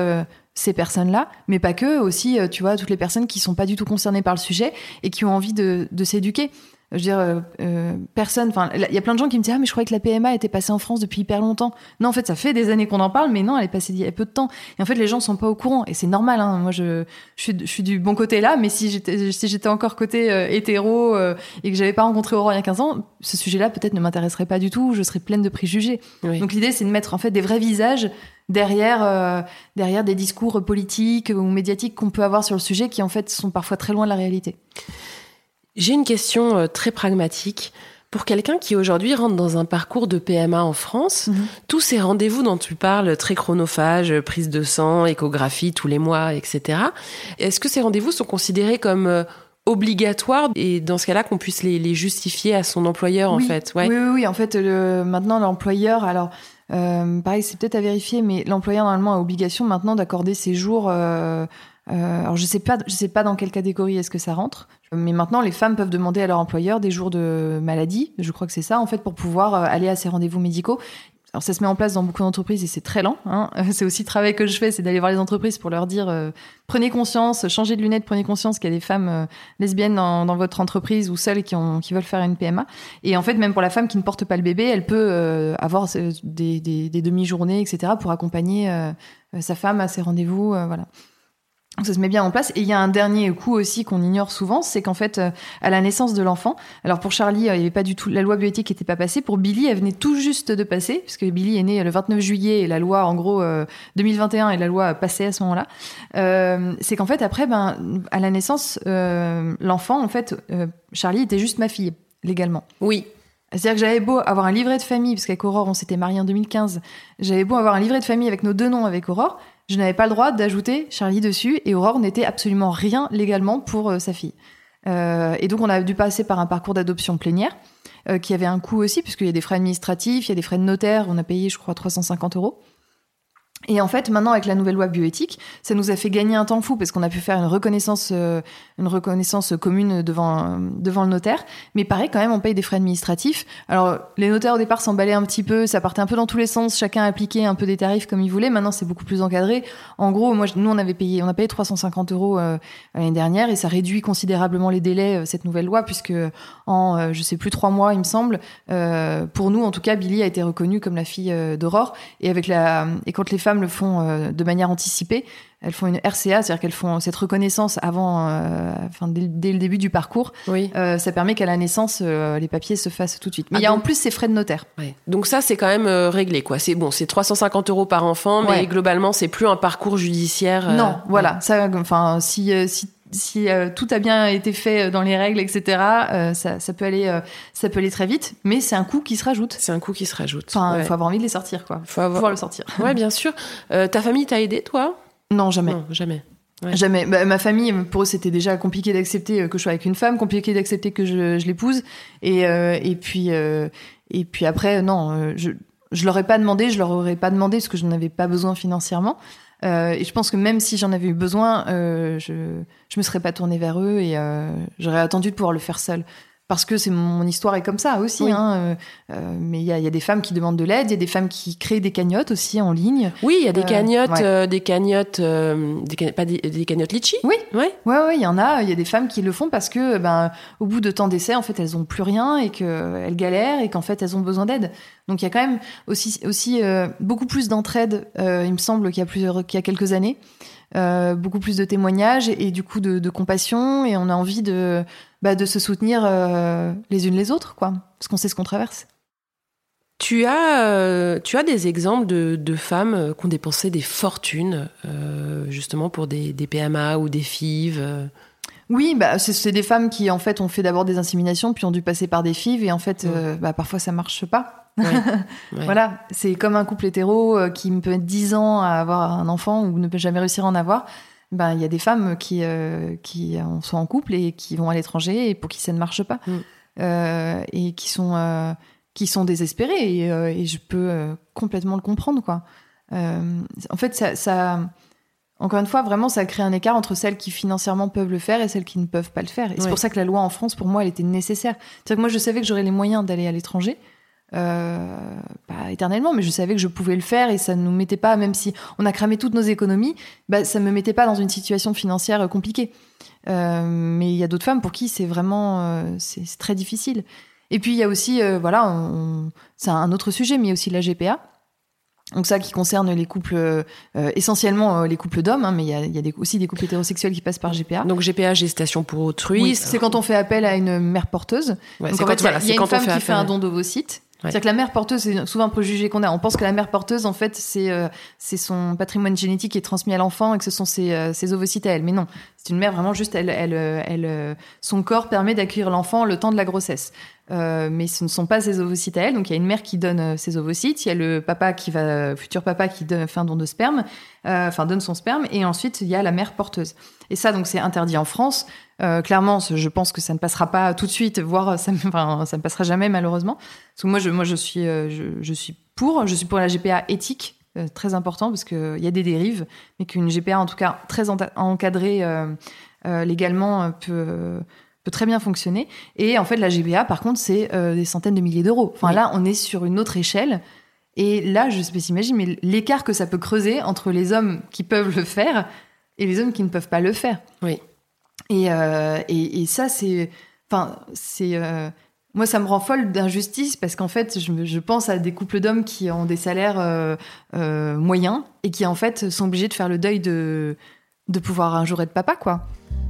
ces personnes-là, mais pas que, aussi, euh, tu vois, toutes les personnes qui sont pas du tout concernées par le sujet et qui ont envie de, de s'éduquer. Je veux dire, euh, euh, personne, enfin, il y a plein de gens qui me disent « Ah, mais je croyais que la P M A était passée en France depuis hyper longtemps. » Non, en fait, ça fait des années qu'on en parle, mais non, elle est passée il y a peu de temps. Et en fait, les gens sont pas au courant. Et c'est normal, hein. Moi, je, je suis, je suis du bon côté là, mais si j'étais, si j'étais encore côté euh, hétéro euh, et que j'avais pas rencontré Aurore il y a quinze ans, ce sujet-là, peut-être, ne m'intéresserait pas du tout. Je serais pleine de préjugés. Oui. Donc, l'idée, c'est de mettre, en fait, des vrais visages derrière, euh, derrière des discours politiques ou médiatiques qu'on peut avoir sur le sujet qui, en fait, sont parfois très loin de la réalité. J'ai une question euh, très pragmatique. Pour quelqu'un qui aujourd'hui rentre dans un parcours de P M A en France, mmh. tous ces rendez-vous dont tu parles, très chronophages, prise de sang, échographie tous les mois, et cetera, est-ce que ces rendez-vous sont considérés comme euh, obligatoires et dans ce cas-là qu'on puisse les, les justifier à son employeur oui. en fait ouais. Oui, oui, oui. En fait, le, maintenant l'employeur, alors euh, pareil, c'est peut-être à vérifier, mais l'employeur normalement a obligation maintenant d'accorder ses jours. Euh, Euh, alors je sais pas, je sais pas dans quelle catégorie est-ce que ça rentre, mais maintenant les femmes peuvent demander à leur employeur des jours de maladie, je crois que c'est ça en fait, pour pouvoir aller à ces rendez-vous médicaux. Alors ça se met en place dans beaucoup d'entreprises et c'est très lent, hein. C'est aussi le travail que je fais, c'est d'aller voir les entreprises pour leur dire euh, prenez conscience, changez de lunettes, prenez conscience qu'il y a des femmes euh, lesbiennes dans, dans votre entreprise ou seules qui, ont, qui veulent faire une P M A. Et en fait, même pour la femme qui ne porte pas le bébé, elle peut euh, avoir des, des, des demi-journées, et cetera pour accompagner euh, sa femme à ses rendez-vous, euh, voilà. Donc ça se met bien en place. Et il y a un dernier coup aussi qu'on ignore souvent, c'est qu'en fait, euh, à la naissance de l'enfant, alors pour Charlie, euh, il y avait pas du tout, la loi bioéthique n'était pas passée. Pour Billy, elle venait tout juste de passer, puisque Billy est né le vingt-neuf juillet et la loi, en gros, euh, deux mille vingt et un et la loi passait à ce moment-là. Euh, c'est qu'en fait, après, ben, à la naissance, euh, l'enfant, en fait, euh, Charlie était juste ma fille, légalement. Oui. C'est-à-dire que j'avais beau avoir un livret de famille, parce qu'avec Aurore, on s'était mariés en deux mille quinze, j'avais beau avoir un livret de famille avec nos deux noms avec Aurore, je n'avais pas le droit d'ajouter Charlie dessus, et Aurore n'était absolument rien légalement pour euh, sa fille. Euh, et donc on a dû passer par un parcours d'adoption plénière, euh, qui avait un coût aussi, puisqu'il y a des frais administratifs, il y a des frais de notaire, on a payé, je crois, trois cent cinquante euros. Et en fait, maintenant, avec la nouvelle loi bioéthique, ça nous a fait gagner un temps fou parce qu'on a pu faire une reconnaissance, euh, une reconnaissance commune devant, devant le notaire. Mais pareil, quand même, on paye des frais administratifs. Alors, les notaires, au départ, s'emballaient un petit peu. Ça partait un peu dans tous les sens. Chacun appliquait un peu des tarifs comme il voulait. Maintenant, c'est beaucoup plus encadré. En gros, moi, nous, on avait payé, on a payé trois cent cinquante euros euh, l'année dernière et ça réduit considérablement les délais, euh, cette nouvelle loi, puisque en, euh, je sais plus, trois mois, il me semble, euh, pour nous, en tout cas, Billy a été reconnue comme la fille euh, d'Aurore. Et avec la, et quand les femmes le font euh, de manière anticipée, elles font une R C A, c'est-à-dire qu'elles font cette reconnaissance avant, euh, enfin dès, dès le début du parcours. Oui. Euh, ça permet qu'à la naissance, euh, les papiers se fassent tout de suite. Mais il ah, y a donc... en plus ces frais de notaire. Ouais. Donc ça, c'est quand même euh, réglé, quoi. C'est bon, c'est trois cent cinquante euros par enfant, mais ouais. globalement, c'est plus un parcours judiciaire. Euh... Non, voilà. Ouais. Ça, enfin, si euh, si si euh, tout a bien été fait dans les règles, et cetera, euh, ça, ça peut aller, euh, ça peut aller très vite, mais c'est un coût qui se rajoute. C'est un coût qui se rajoute. Enfin, il ouais. faut avoir envie de les sortir, quoi. Faut avoir... pouvoir le sortir. Ouais, bien sûr. Euh, ta famille t'a aidé, toi ? Non, jamais. Non, jamais. Ouais. Jamais. Bah, ma famille, pour eux, c'était déjà compliqué d'accepter que je sois avec une femme, compliqué d'accepter que je, je l'épouse, et euh, et puis euh, et puis après, non, je je leur ai pas demandé, je leur aurais pas demandé parce que je n'en avais pas besoin financièrement. Euh, et je pense que même si j'en avais eu besoin, euh, je je me serais pas tournée vers eux et euh, j'aurais attendu de pouvoir le faire seule. Parce que c'est mon histoire est comme ça aussi, oui. hein. Euh, mais il y a, y a des femmes qui demandent de l'aide, il y a des femmes qui créent des cagnottes aussi en ligne. Oui, il y a des cagnottes, euh, ouais. euh, des cagnottes, euh, des cagnottes, pas des, des cagnottes litchi. Oui, ouais, ouais, ouais, il y en a. Il y a des femmes qui le font parce que, ben, au bout de tant d'essais, en fait, elles ont plus rien et que elles galèrent et qu'en fait, elles ont besoin d'aide. Donc il y a quand même aussi, aussi euh, beaucoup plus d'entraide. Euh, il me semble qu'il y a plusieurs, qu'il y a quelques années. Euh, beaucoup plus de témoignages et, et du coup de, de compassion et on a envie de, bah, de se soutenir euh, les unes les autres, quoi, parce qu'on sait ce qu'on traverse. Tu as, euh, tu as des exemples de, de femmes qui ont dépensé des fortunes euh, justement pour des, des P M A ou des F I V euh... Oui, bah, c'est, c'est des femmes qui en fait ont fait d'abord des inséminations puis ont dû passer par des F I V et en fait mmh. euh, bah, parfois ça marche pas. Ouais, ouais. Voilà, c'est comme un couple hétéro euh, qui peut mettre dix ans à avoir un enfant ou ne peut jamais réussir à en avoir. Ben, il y a des femmes qui, euh, qui sont en couple et qui vont à l'étranger et pour qui ça ne marche pas. Mm. Euh, et qui sont, euh, qui sont désespérées et, euh, et je peux euh, complètement le comprendre, quoi. Euh, en fait, ça, ça, encore une fois, vraiment, ça crée un écart entre celles qui financièrement peuvent le faire et celles qui ne peuvent pas le faire. Et ouais. c'est pour ça que la loi en France, pour moi, elle était nécessaire. C'est-à-dire que moi, je savais que j'aurais les moyens d'aller à l'étranger. Euh, bah, éternellement, mais je savais que je pouvais le faire et ça ne nous mettait pas, même si on a cramé toutes nos économies, bah, ça me mettait pas dans une situation financière compliquée. Euh, mais il y a d'autres femmes pour qui c'est vraiment euh, c'est, c'est très difficile. Et puis il y a aussi, euh, voilà, on, c'est un autre sujet, mais il y a aussi la G P A. Donc ça qui concerne les couples, euh, essentiellement euh, les couples d'hommes, hein, mais il y a, il y a des, aussi des couples hétérosexuels qui passent par G P A. Donc G P A, gestation pour autrui. Oui, c'est quand on fait appel à une mère porteuse. Ouais, Donc c'est en quand, fait, voilà, il y a c'est une quand femme on fait qui fait appel. un don d'ovocytes. Ouais. C'est-à-dire que la mère porteuse, c'est souvent un préjugé qu'on a. On pense que la mère porteuse, en fait, c'est euh, c'est son patrimoine génétique qui est transmis à l'enfant et que ce sont ses, euh, ses ovocytes à elle. Mais non, c'est une mère vraiment juste, elle, elle, elle, elle, son corps permet d'accueillir l'enfant le temps de la grossesse. Euh, mais ce ne sont pas ses ovocytes à elle. Donc il y a une mère qui donne euh, ses ovocytes, il y a le papa qui va, futur papa qui donne, fait un don de sperme, euh, enfin donne son sperme, et ensuite il y a la mère porteuse. Et ça, donc c'est interdit en France. Euh, clairement, je pense que ça ne passera pas tout de suite, voire ça, enfin, ça ne passera jamais malheureusement. Parce que moi, je, moi, je suis, euh, je, je suis pour, je suis pour la G P A éthique, euh, très important parce que il y a des dérives, mais qu'une G P A en tout cas très enta- encadrée euh, euh, légalement euh, peut euh, peut très bien fonctionner. Et en fait, la G P A, par contre, c'est euh, des centaines de milliers d'euros. Enfin, oui. Là, on est sur une autre échelle. Et là, je sais pas s'imaginer, mais l'écart que ça peut creuser entre les hommes qui peuvent le faire et les hommes qui ne peuvent pas le faire. Oui. Et, euh, et, et ça, c'est... Enfin, c'est... Euh, moi, ça me rend folle d'injustice parce qu'en fait, je, je pense à des couples d'hommes qui ont des salaires euh, euh, moyens et qui, en fait, sont obligés de faire le deuil de, de pouvoir un jour être papa, quoi.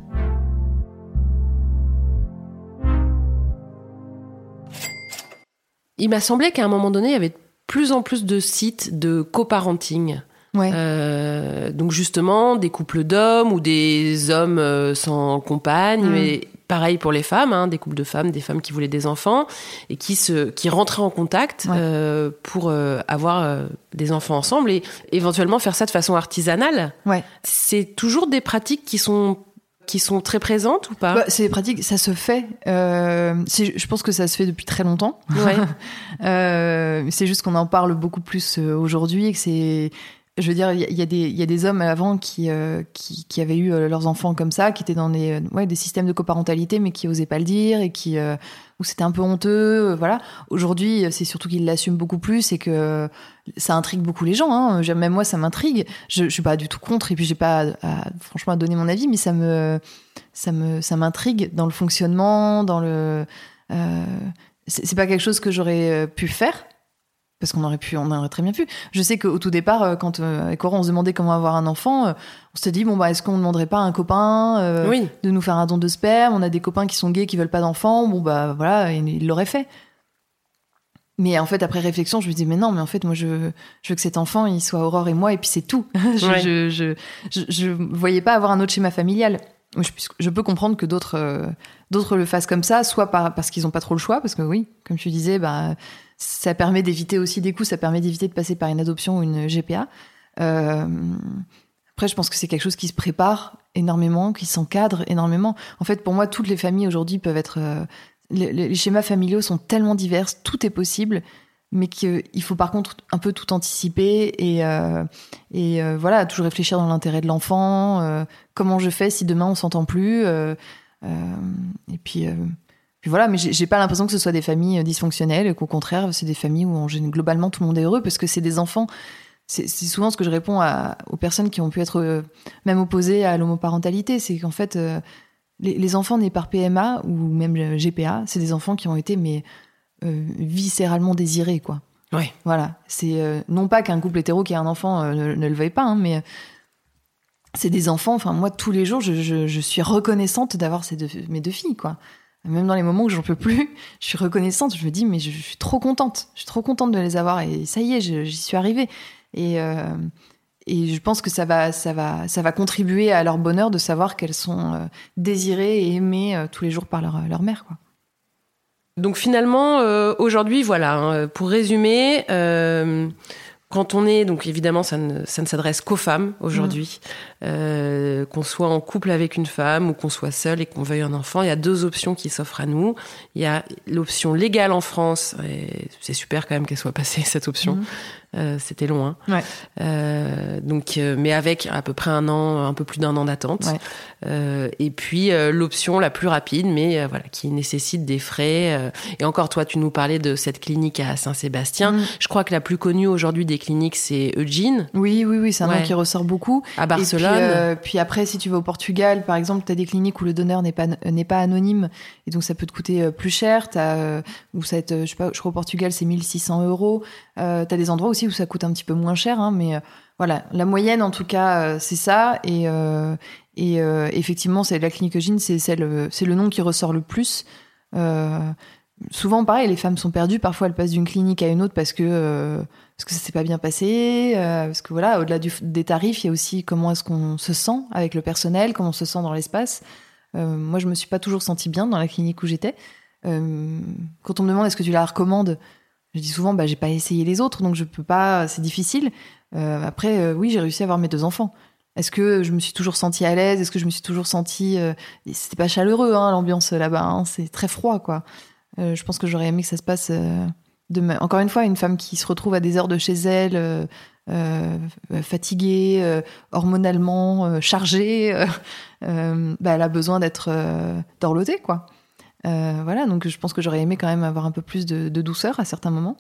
Il m'a semblé qu'à un moment donné, il y avait de plus en plus de sites de coparenting. Ouais. Euh, donc justement, des couples d'hommes ou des hommes euh, sans compagne, mmh. mais pareil pour les femmes, hein, des couples de femmes, des femmes qui voulaient des enfants et qui se qui rentraient en contact ouais. euh, pour euh, avoir euh, des enfants ensemble et éventuellement faire ça de façon artisanale. Ouais. C'est toujours des pratiques qui sont qui sont très présentes ou pas ? Bah, c'est des pratiques, ça se fait. Euh, c'est, je pense que ça se fait depuis très longtemps. Ouais. euh, c'est juste qu'on en parle beaucoup plus aujourd'hui et que c'est... Je veux dire, il y, y a des il y a des hommes avant qui euh, qui qui avaient eu euh, leurs enfants comme ça, qui étaient dans des euh, ouais des systèmes de coparentalité, mais qui osaient pas le dire et qui euh, où c'était un peu honteux, euh, voilà. Aujourd'hui, c'est surtout qu'ils l'assument beaucoup plus et que euh, ça intrigue beaucoup les gens. Hein. Même moi, ça m'intrigue. Je, je suis pas du tout contre et puis j'ai pas à, à, franchement à donner mon avis, mais ça me ça me ça m'intrigue dans le fonctionnement, dans le euh, c'est, c'est pas quelque chose que j'aurais pu faire. Parce qu'on aurait pu, on aurait très bien pu. Je sais qu'au tout départ, quand euh, avec Cora, on se demandait comment avoir un enfant, euh, on s'était dit bon bah est-ce qu'on ne demanderait pas à un copain euh, oui. de nous faire un don de sperme ? On a des copains qui sont gays qui veulent pas d'enfants, bon bah voilà, il l'aurait fait. Mais en fait, après réflexion, je me dis mais non, mais en fait moi je, je veux que cet enfant il soit Aurore et moi et puis c'est tout. je, ouais. je, je, je, je voyais pas avoir un autre schéma familial. Je, je peux comprendre que d'autres, euh, d'autres le fassent comme ça, soit par, parce qu'ils ont pas trop le choix, parce que oui, comme tu disais, bah ça permet d'éviter aussi des coûts, ça permet d'éviter de passer par une adoption ou une G P A. Euh, après, je pense que c'est quelque chose qui se prépare énormément, qui s'encadre énormément. En fait, pour moi, toutes les familles aujourd'hui peuvent être... Euh, les, les schémas familiaux sont tellement divers, tout est possible, mais qu'il faut par contre un peu tout anticiper et, euh, et euh, voilà, toujours réfléchir dans l'intérêt de l'enfant. Euh, comment je fais si demain on s'entend plus euh, euh, et puis... Euh, Puis voilà, mais j'ai, j'ai pas l'impression que ce soit des familles dysfonctionnelles, qu'au contraire, c'est des familles où en, globalement tout le monde est heureux, parce que c'est des enfants. C'est, c'est souvent ce que je réponds à, aux personnes qui ont pu être euh, même opposées à l'homoparentalité, c'est qu'en fait, euh, les, les enfants nés par P M A ou même G P A, c'est des enfants qui ont été mais euh, viscéralement désirés, quoi. Ouais. Voilà, c'est euh, non pas qu'un couple hétéro qui a un enfant euh, ne, ne le veuille pas, hein, mais c'est des enfants. Enfin, moi, tous les jours, je, je, je suis reconnaissante d'avoir ces deux, mes deux filles, quoi. Même dans les moments où j'en peux plus, je suis reconnaissante. Je me dis, mais je, je suis trop contente. Je suis trop contente de les avoir. Et ça y est, je, j'y suis arrivée. Et, euh, et je pense que ça va, ça, va, ça va contribuer à leur bonheur de savoir qu'elles sont euh, désirées et aimées euh, tous les jours par leur, leur mère, quoi. Donc finalement, euh, aujourd'hui, voilà, hein, pour résumer... Euh... Quand on est, donc évidemment, ça ne, ça ne s'adresse qu'aux femmes aujourd'hui. euh, qu'on soit en couple avec une femme ou qu'on soit seul et qu'on veuille un enfant, il y a deux options qui s'offrent à nous. Il y a l'option légale en France, et c'est super quand même qu'elle soit passée cette option. Mmh. Euh, c'était long, hein. Ouais. Euh, donc, euh, mais avec à peu près un an, un peu plus d'un an d'attente. Ouais. Euh, et puis euh, l'option la plus rapide, mais euh, voilà, qui nécessite des frais. Euh, et encore, toi, tu nous parlais de cette clinique à Saint-Sébastien. Mmh. Je crois que la plus connue aujourd'hui des cliniques, c'est Eugene. Oui, oui, oui, c'est un ouais. nom qui ressort beaucoup. À Barcelone. Et puis, euh, puis après, si tu vas au Portugal, par exemple, t'as des cliniques où le donneur n'est pas n'est pas anonyme, et donc ça peut te coûter plus cher. T'as, euh, où ça va être, je sais pas, je crois au Portugal, c'est mille six cents euros. Euh, t'as des endroits aussi où ça coûte un petit peu moins cher, hein, mais euh, voilà, la moyenne en tout cas, euh, c'est ça. Et, euh, et euh, effectivement, c'est la clinique Eugene, c'est, celle, c'est le nom qui ressort le plus. Euh, souvent, pareil, les femmes sont perdues. Parfois, elles passent d'une clinique à une autre parce que euh, parce que ça s'est pas bien passé, euh, parce que voilà, au-delà du, des tarifs, il y a aussi comment est-ce qu'on se sent avec le personnel, comment on se sent dans l'espace. Euh, moi, je me suis pas toujours sentie bien dans la clinique où j'étais. Euh, quand on me demande est-ce que tu la recommandes, je dis souvent, bah, j'ai pas essayé les autres, donc je peux pas, c'est difficile. Euh, après, euh, oui, j'ai réussi à avoir mes deux enfants. Est-ce que je me suis toujours sentie à l'aise? Est-ce que je me suis toujours sentie... Euh... C'était pas chaleureux, hein, l'ambiance là-bas, hein, c'est très froid, quoi. Euh, je pense que j'aurais aimé que ça se passe... Euh, de ma... Encore une fois, une femme qui se retrouve à des heures de chez elle, euh, euh, fatiguée, euh, hormonalement euh, chargée, euh, euh, bah, elle a besoin d'être euh, dorlotée, quoi. Euh, voilà, donc je pense que j'aurais aimé quand même avoir un peu plus de, de douceur à certains moments.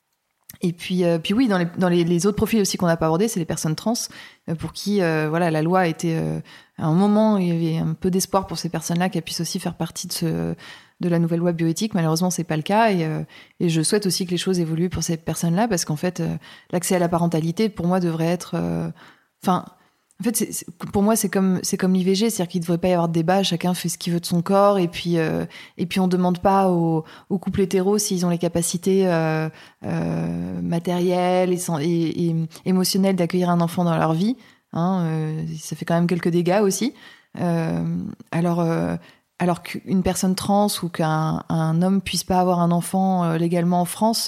Et puis, euh, puis oui, dans les, dans les, les autres profils aussi qu'on n'a pas abordés, c'est les personnes trans, euh, pour qui euh, voilà, la loi a été... Euh, à un moment, il y avait un peu d'espoir pour ces personnes-là qu'elles puissent aussi faire partie de, ce, de la nouvelle loi bioéthique. Malheureusement, c'est pas le cas. Et, euh, et je souhaite aussi que les choses évoluent pour ces personnes-là, parce qu'en fait, euh, l'accès à la parentalité, pour moi, devrait être... Enfin... Euh, En fait, c'est, c'est, pour moi, c'est comme, c'est comme l'I V G, c'est-à-dire qu'il ne devrait pas y avoir de débat, chacun fait ce qu'il veut de son corps, et puis, euh, et puis on ne demande pas aux, aux couples hétéros s'ils ont les capacités euh, euh, matérielles et, et, et émotionnelles d'accueillir un enfant dans leur vie. Hein, euh, ça fait quand même quelques dégâts aussi. Euh, alors, euh, alors qu'une personne trans ou qu'un un homme puisse pas avoir un enfant euh, légalement en France,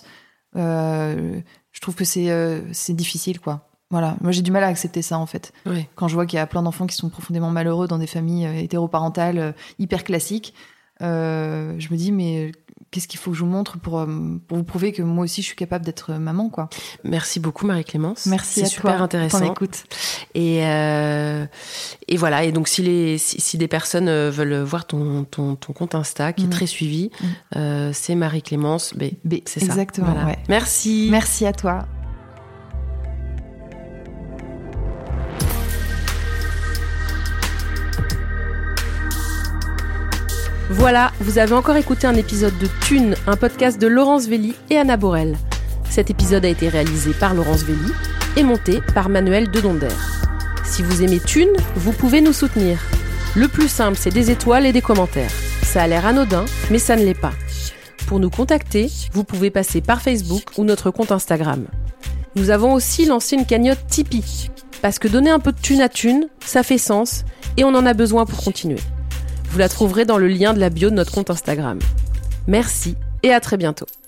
euh, je trouve que c'est, euh, c'est difficile, quoi. Voilà, moi j'ai du mal à accepter ça en fait. Oui. Quand je vois qu'il y a plein d'enfants qui sont profondément malheureux dans des familles euh, hétéroparentales euh, hyper classiques, euh, je me dis mais qu'est-ce qu'il faut que je vous montre pour, euh, pour vous prouver que moi aussi je suis capable d'être maman, quoi. Merci beaucoup Marie-Clémence. Merci c'est à super toi, intéressant. Ton écoute. Et euh, et voilà. Et donc si les si, si des personnes veulent voir ton ton, ton compte Insta qui mmh. est très suivi, mmh. euh, c'est Marie-Clémence B. B. C'est exactement. ça. Voilà. Ouais. Merci. Merci à toi. Voilà, vous avez encore écouté un épisode de Thune, un podcast de Laurence Velli et Anna Borel. Cet épisode a été réalisé par Laurence Velli et monté par Manuel Dedonder. Si vous aimez Thune, vous pouvez nous soutenir. Le plus simple, c'est des étoiles et des commentaires. Ça a l'air anodin, mais ça ne l'est pas. Pour nous contacter, vous pouvez passer par Facebook ou notre compte Instagram. Nous avons aussi lancé une cagnotte Tipeee, parce que donner un peu de thune à Thune, ça fait sens et on en a besoin pour continuer. Vous la trouverez dans le lien de la bio de notre compte Instagram. Merci et à très bientôt.